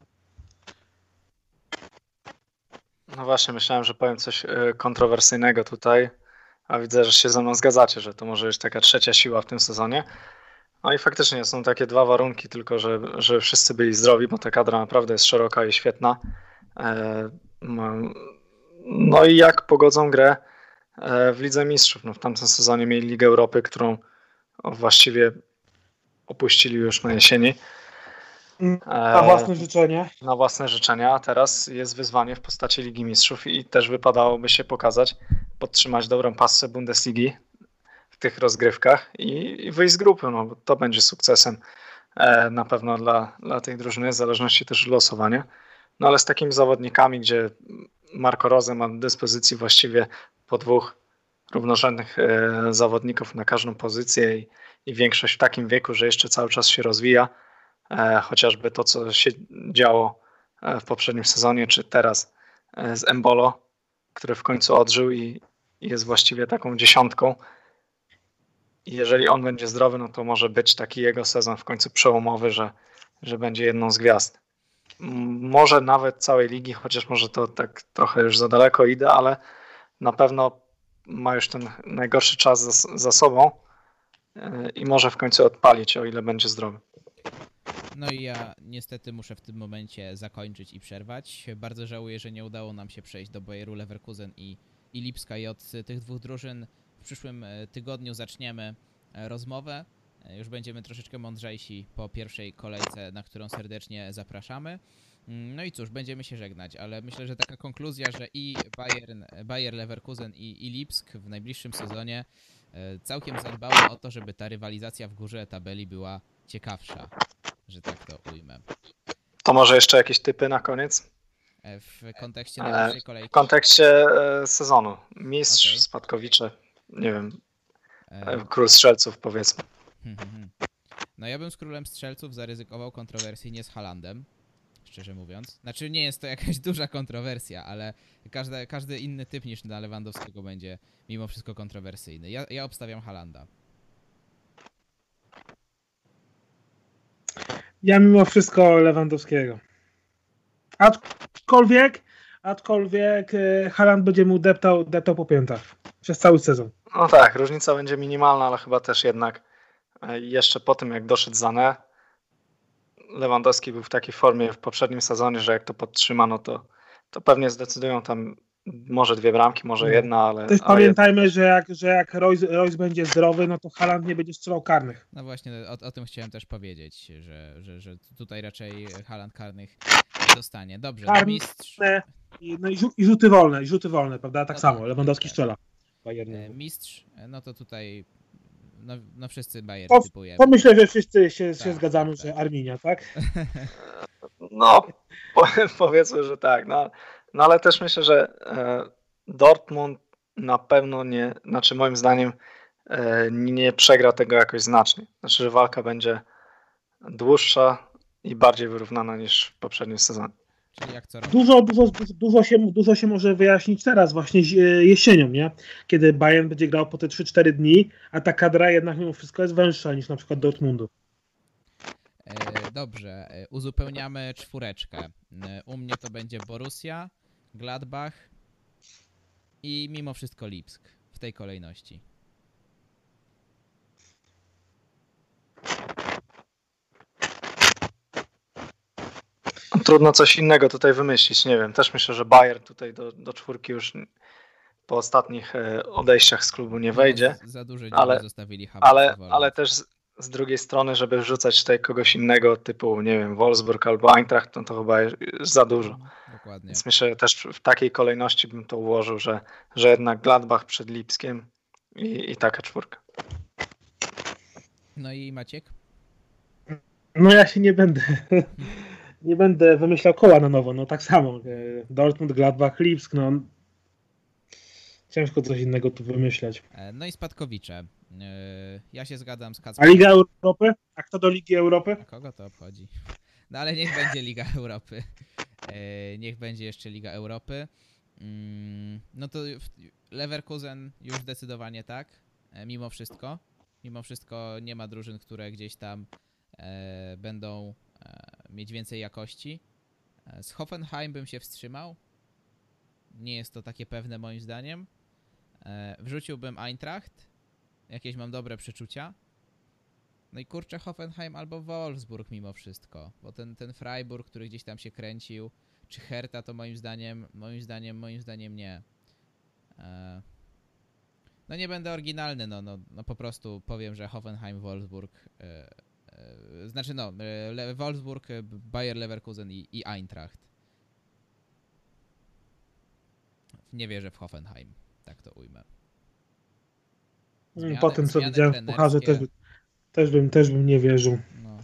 No właśnie, myślałem, że powiem coś kontrowersyjnego tutaj, a widzę, że się ze mną zgadzacie, że to może być taka trzecia siła w tym sezonie. No i faktycznie są takie dwa warunki tylko, że, że wszyscy byli zdrowi, bo ta kadra naprawdę jest szeroka i świetna. No i jak pogodzą grę w Lidze Mistrzów. No w tamtym sezonie mieli Ligę Europy, którą właściwie opuścili już na jesieni. Na własne życzenie. Na własne życzenia, a teraz jest wyzwanie w postaci Ligi Mistrzów i też wypadałoby się pokazać, podtrzymać dobrą passę Bundesligi w tych rozgrywkach i, i wyjść z grupy, no bo to będzie sukcesem e, na pewno dla, dla tej drużyny, w zależności też od losowania. No ale z takimi zawodnikami, gdzie Marco Rose ma do dyspozycji właściwie po dwóch równorzędnych e, zawodników na każdą pozycję i, i większość w takim wieku, że jeszcze cały czas się rozwija, e, chociażby to, co się działo w poprzednim sezonie, czy teraz e, z Embolo, który w końcu odżył i, i jest właściwie taką dziesiątką. I jeżeli on będzie zdrowy, no to może być taki jego sezon w końcu przełomowy, że, że będzie jedną z gwiazd. Może nawet całej ligi, chociaż może to tak trochę już za daleko idę, ale na pewno ma już ten najgorszy czas za, za sobą i może w końcu odpalić, o ile będzie zdrowy. No i ja niestety muszę w tym momencie zakończyć i przerwać. Bardzo żałuję, że nie udało nam się przejść do Bayeru Leverkusen i, i Lipska i od tych dwóch drużyn w przyszłym tygodniu zaczniemy rozmowę. Już będziemy troszeczkę mądrzejsi po pierwszej kolejce, na którą serdecznie zapraszamy. No i cóż, będziemy się żegnać, ale myślę, że taka konkluzja, że i Bayern, Bayer Leverkusen i, i Lipsk w najbliższym sezonie całkiem zadbały o to, żeby ta rywalizacja w górze tabeli była ciekawsza, że tak to ujmę. To może jeszcze jakieś typy na koniec? W kontekście najbliższej kolejki? W kontekście sezonu. Mistrz, okay. Spadkowicze, nie wiem, król strzelców powiedzmy. No ja bym z królem strzelców zaryzykował kontrowersyjnie z Haalandem, szczerze mówiąc. Znaczy nie jest to jakaś duża kontrowersja, ale każdy, każdy inny typ niż na Lewandowskiego będzie mimo wszystko kontrowersyjny. Ja, ja obstawiam Haalanda. Ja mimo wszystko Lewandowskiego. Aczkolwiek, aczkolwiek Haaland będzie mu deptał, deptał po piętach przez cały sezon. No tak, różnica będzie minimalna, ale chyba też jednak jeszcze po tym, jak doszedł Sané, Lewandowski był w takiej formie w poprzednim sezonie, że jak to podtrzyma, no to, to pewnie zdecydują tam może dwie bramki, może jedna, ale... Też ale pamiętajmy, jedna. że jak, że jak Royce, Royce będzie zdrowy, no to Haaland nie będzie strzelał karnych. No właśnie, o, o tym chciałem też powiedzieć, że, że, że tutaj raczej Haaland karnych nie dostanie. Dobrze, Karne, no mistrz... I, no i, rzut, i rzuty wolne, i rzuty wolne, prawda? Tak no samo, tak, Lewandowski tak. strzela. Mistrz, no to tutaj no, no wszyscy Bayern to, typujemy. To myślę, że wszyscy się, tak, się zgadzamy, tak, że tak. Arminia, tak? No, powiedzmy, że tak. No, no ale też myślę, że Dortmund na pewno nie, znaczy moim zdaniem nie przegra tego jakoś znacznie. Znaczy, że walka będzie dłuższa i bardziej wyrównana niż w poprzednim sezonie. Czyli jak co Dużo, dużo, dużo, się, dużo się może wyjaśnić teraz, właśnie jesienią, nie? Kiedy Bayern będzie grał po te trzy cztery dni, a ta kadra jednak mimo wszystko jest węższa niż na przykład Dortmundu. Dobrze, uzupełniamy czwóreczkę. U mnie to będzie Borussia, Gladbach i mimo wszystko Lipsk w tej kolejności. Trudno coś innego tutaj wymyślić, nie wiem. Też myślę, że Bayern tutaj do, do czwórki już po ostatnich odejściach z klubu nie wejdzie. No, za duże ale, zostawili ale, ale też z, z drugiej strony, żeby wrzucać tutaj kogoś innego typu, nie wiem, Wolfsburg albo Eintracht, to, to chyba jest za dużo. Dokładnie. Więc myślę, że też w takiej kolejności bym to ułożył, że, że jednak Gladbach przed Lipskiem i, i taka czwórka. No i Maciek? No ja się nie będę... Nie będę wymyślał koła na nowo, no tak samo. Dortmund, Gladbach, Lipsk, no ciężko coś innego tu wymyślać. No i Spadkowicze. Ja się zgadzam z Kacprem. A Liga Europy? A kto do Ligi Europy? A kogo to obchodzi? No ale niech będzie Liga Europy. Niech będzie jeszcze Liga Europy. No to Leverkusen już zdecydowanie tak, e, mimo wszystko. Mimo wszystko nie ma drużyn, które gdzieś tam e, będą e, mieć więcej jakości. E, z Hoffenheim bym się wstrzymał. Nie jest to takie pewne moim zdaniem. E, wrzuciłbym Eintracht. Jakieś mam dobre przeczucia. No i kurczę, Hoffenheim albo Wolfsburg mimo wszystko. Bo ten, ten Freiburg, który gdzieś tam się kręcił, czy Hertha, to moim zdaniem, moim zdaniem, moim zdaniem nie. E, no nie będę oryginalny, no, no, no po prostu powiem, że Hoffenheim, Wolfsburg, e, e, znaczy no, e, Le, Wolfsburg, Bayer Leverkusen i, i Eintracht. Nie wierzę w Hoffenheim, tak to ujmę. Zmiany, po tym, co widziałem w pucharze, też, też, bym, też bym nie wierzył. No.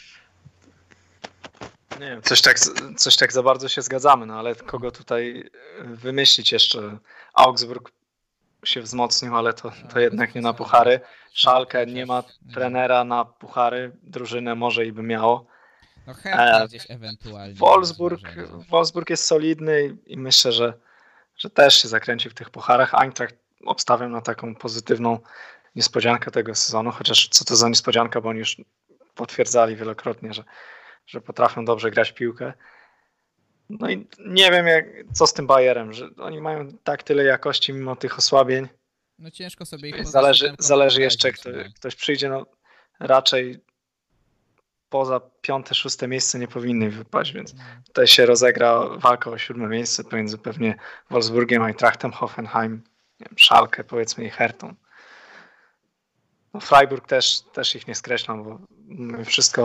Nie wiem, coś tak, coś tak za bardzo się zgadzamy, no ale kogo tutaj wymyślić jeszcze? Augsburg się wzmocnił, ale to, to jednak nie na puchary. Schalke nie ma trenera na puchary, drużynę może i by miało. No Hertha gdzieś ewentualnie. Wolfsburg, Wolfsburg jest solidny i myślę, że, że też się zakręci w tych pucharach. Eintracht obstawiam na taką pozytywną niespodziankę tego sezonu, chociaż co to za niespodzianka, bo oni już potwierdzali wielokrotnie, że, że potrafią dobrze grać w piłkę. No i nie wiem, jak, co z tym Bayerem, że oni mają tak tyle jakości mimo tych osłabień. No ciężko sobie ich Zależy, zależy jeszcze, kto, ktoś przyjdzie, no raczej poza piąte, szóste miejsce nie powinny wypaść, więc tutaj się rozegra walka o siódme miejsce pomiędzy pewnie Wolfsburgiem, Eintrachtem, Hoffenheim, nie wiem, Schalke powiedzmy i Hertą. No Freiburg też, też ich nie skreślam, bo wszystko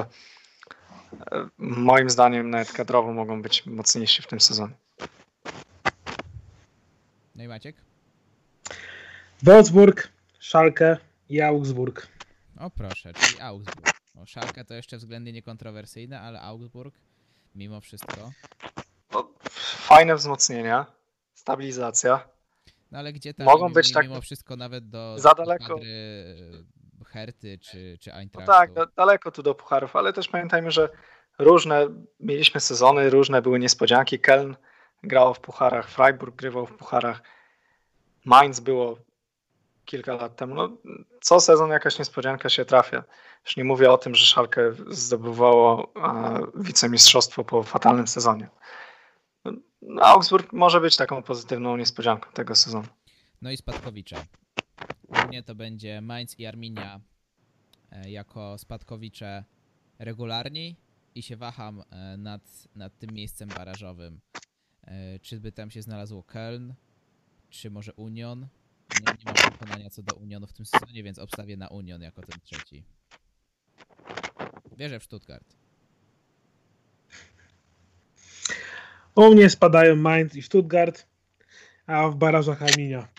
moim zdaniem nawet kadrowo mogą być mocniejsi w tym sezonie. No i Maciek? Wolfsburg, Schalke i Augsburg. O proszę, czyli Augsburg. O, Schalke to jeszcze względnie niekontrowersyjne, ale Augsburg mimo wszystko. No, fajne wzmocnienia, stabilizacja. No ale gdzie tam mogą mimo, być tak mimo wszystko nawet do za daleko. kadry Herty czy, czy Eintrachtu. No tak, da, daleko tu do pucharów, ale też pamiętajmy, że różne mieliśmy sezony, różne były niespodzianki. Köln grało w pucharach, Freiburg grywał w pucharach, Mainz było kilka lat temu. No, co sezon jakaś niespodzianka się trafia. Już nie mówię o tym, że Schalke zdobywało a, wicemistrzostwo po fatalnym sezonie. No, Augsburg może być taką pozytywną niespodzianką tego sezonu. No i spadkowicze. U mnie to będzie Mainz i Arminia jako spadkowicze regularni i się waham nad, nad tym miejscem barażowym. Czy by tam się znalazło Köln, czy może Union? Nie, nie mam przekonania co do Unionu w tym sezonie, więc obstawię na Union jako ten trzeci. Wierzę w Stuttgart. U mnie spadają Mainz i Stuttgart, a w barażach Arminia.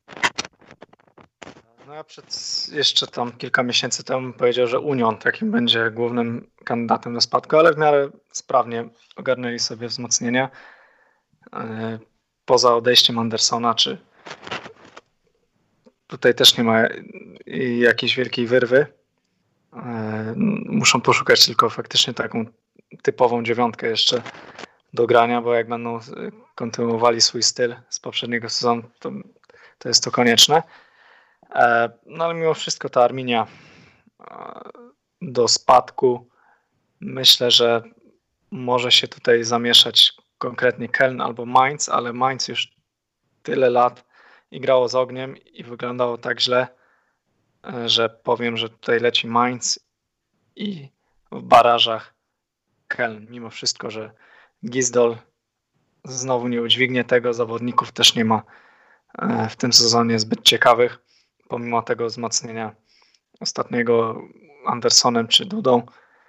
No ja przed jeszcze tam kilka miesięcy temu powiedział, że Union takim będzie głównym kandydatem do spadku, ale w miarę sprawnie ogarnęli sobie wzmocnienia. Poza odejściem Andersona, czy tutaj też nie ma jakiejś wielkiej wyrwy. Muszą poszukać tylko faktycznie taką typową dziewiątkę jeszcze do grania, bo jak będą kontynuowali swój styl z poprzedniego sezonu, to, to jest to konieczne. No ale mimo wszystko ta Arminia do spadku myślę, że może się tutaj zamieszać konkretnie Köln albo Mainz, ale Mainz już tyle lat i grało z ogniem i wyglądało tak źle, że powiem, że tutaj leci Mainz i w barażach Köln. Mimo wszystko, że Gisdol znowu nie udźwignie tego, zawodników też nie ma w tym sezonie zbyt ciekawych, pomimo tego wzmocnienia ostatniego Andersonem czy Dudą,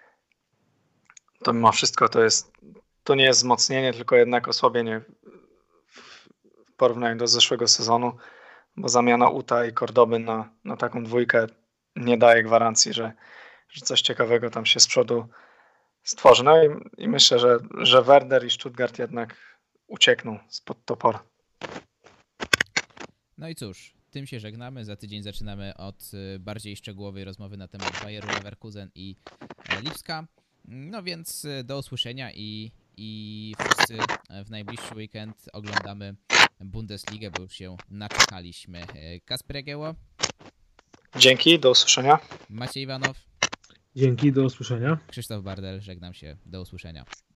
to mimo wszystko to jest, to nie jest wzmocnienie, tylko jednak osłabienie w porównaniu do zeszłego sezonu, bo zamiana Uta i Cordoby na, na taką dwójkę nie daje gwarancji, że, że coś ciekawego tam się z przodu stworzy. No i, i myślę, że, że Werder i Stuttgart jednak uciekną spod toporu. No i cóż, tym się żegnamy. Za tydzień zaczynamy od bardziej szczegółowej rozmowy na temat Bayeru Leverkusen i Lipska. No więc do usłyszenia i, i wszyscy w najbliższy weekend oglądamy Bundesligę, bo już się naczekaliśmy. Kasper Jagiełło. Dzięki, do usłyszenia. Maciej Iwanow. Dzięki, do usłyszenia. Krzysztof Bardel, żegnam się, do usłyszenia.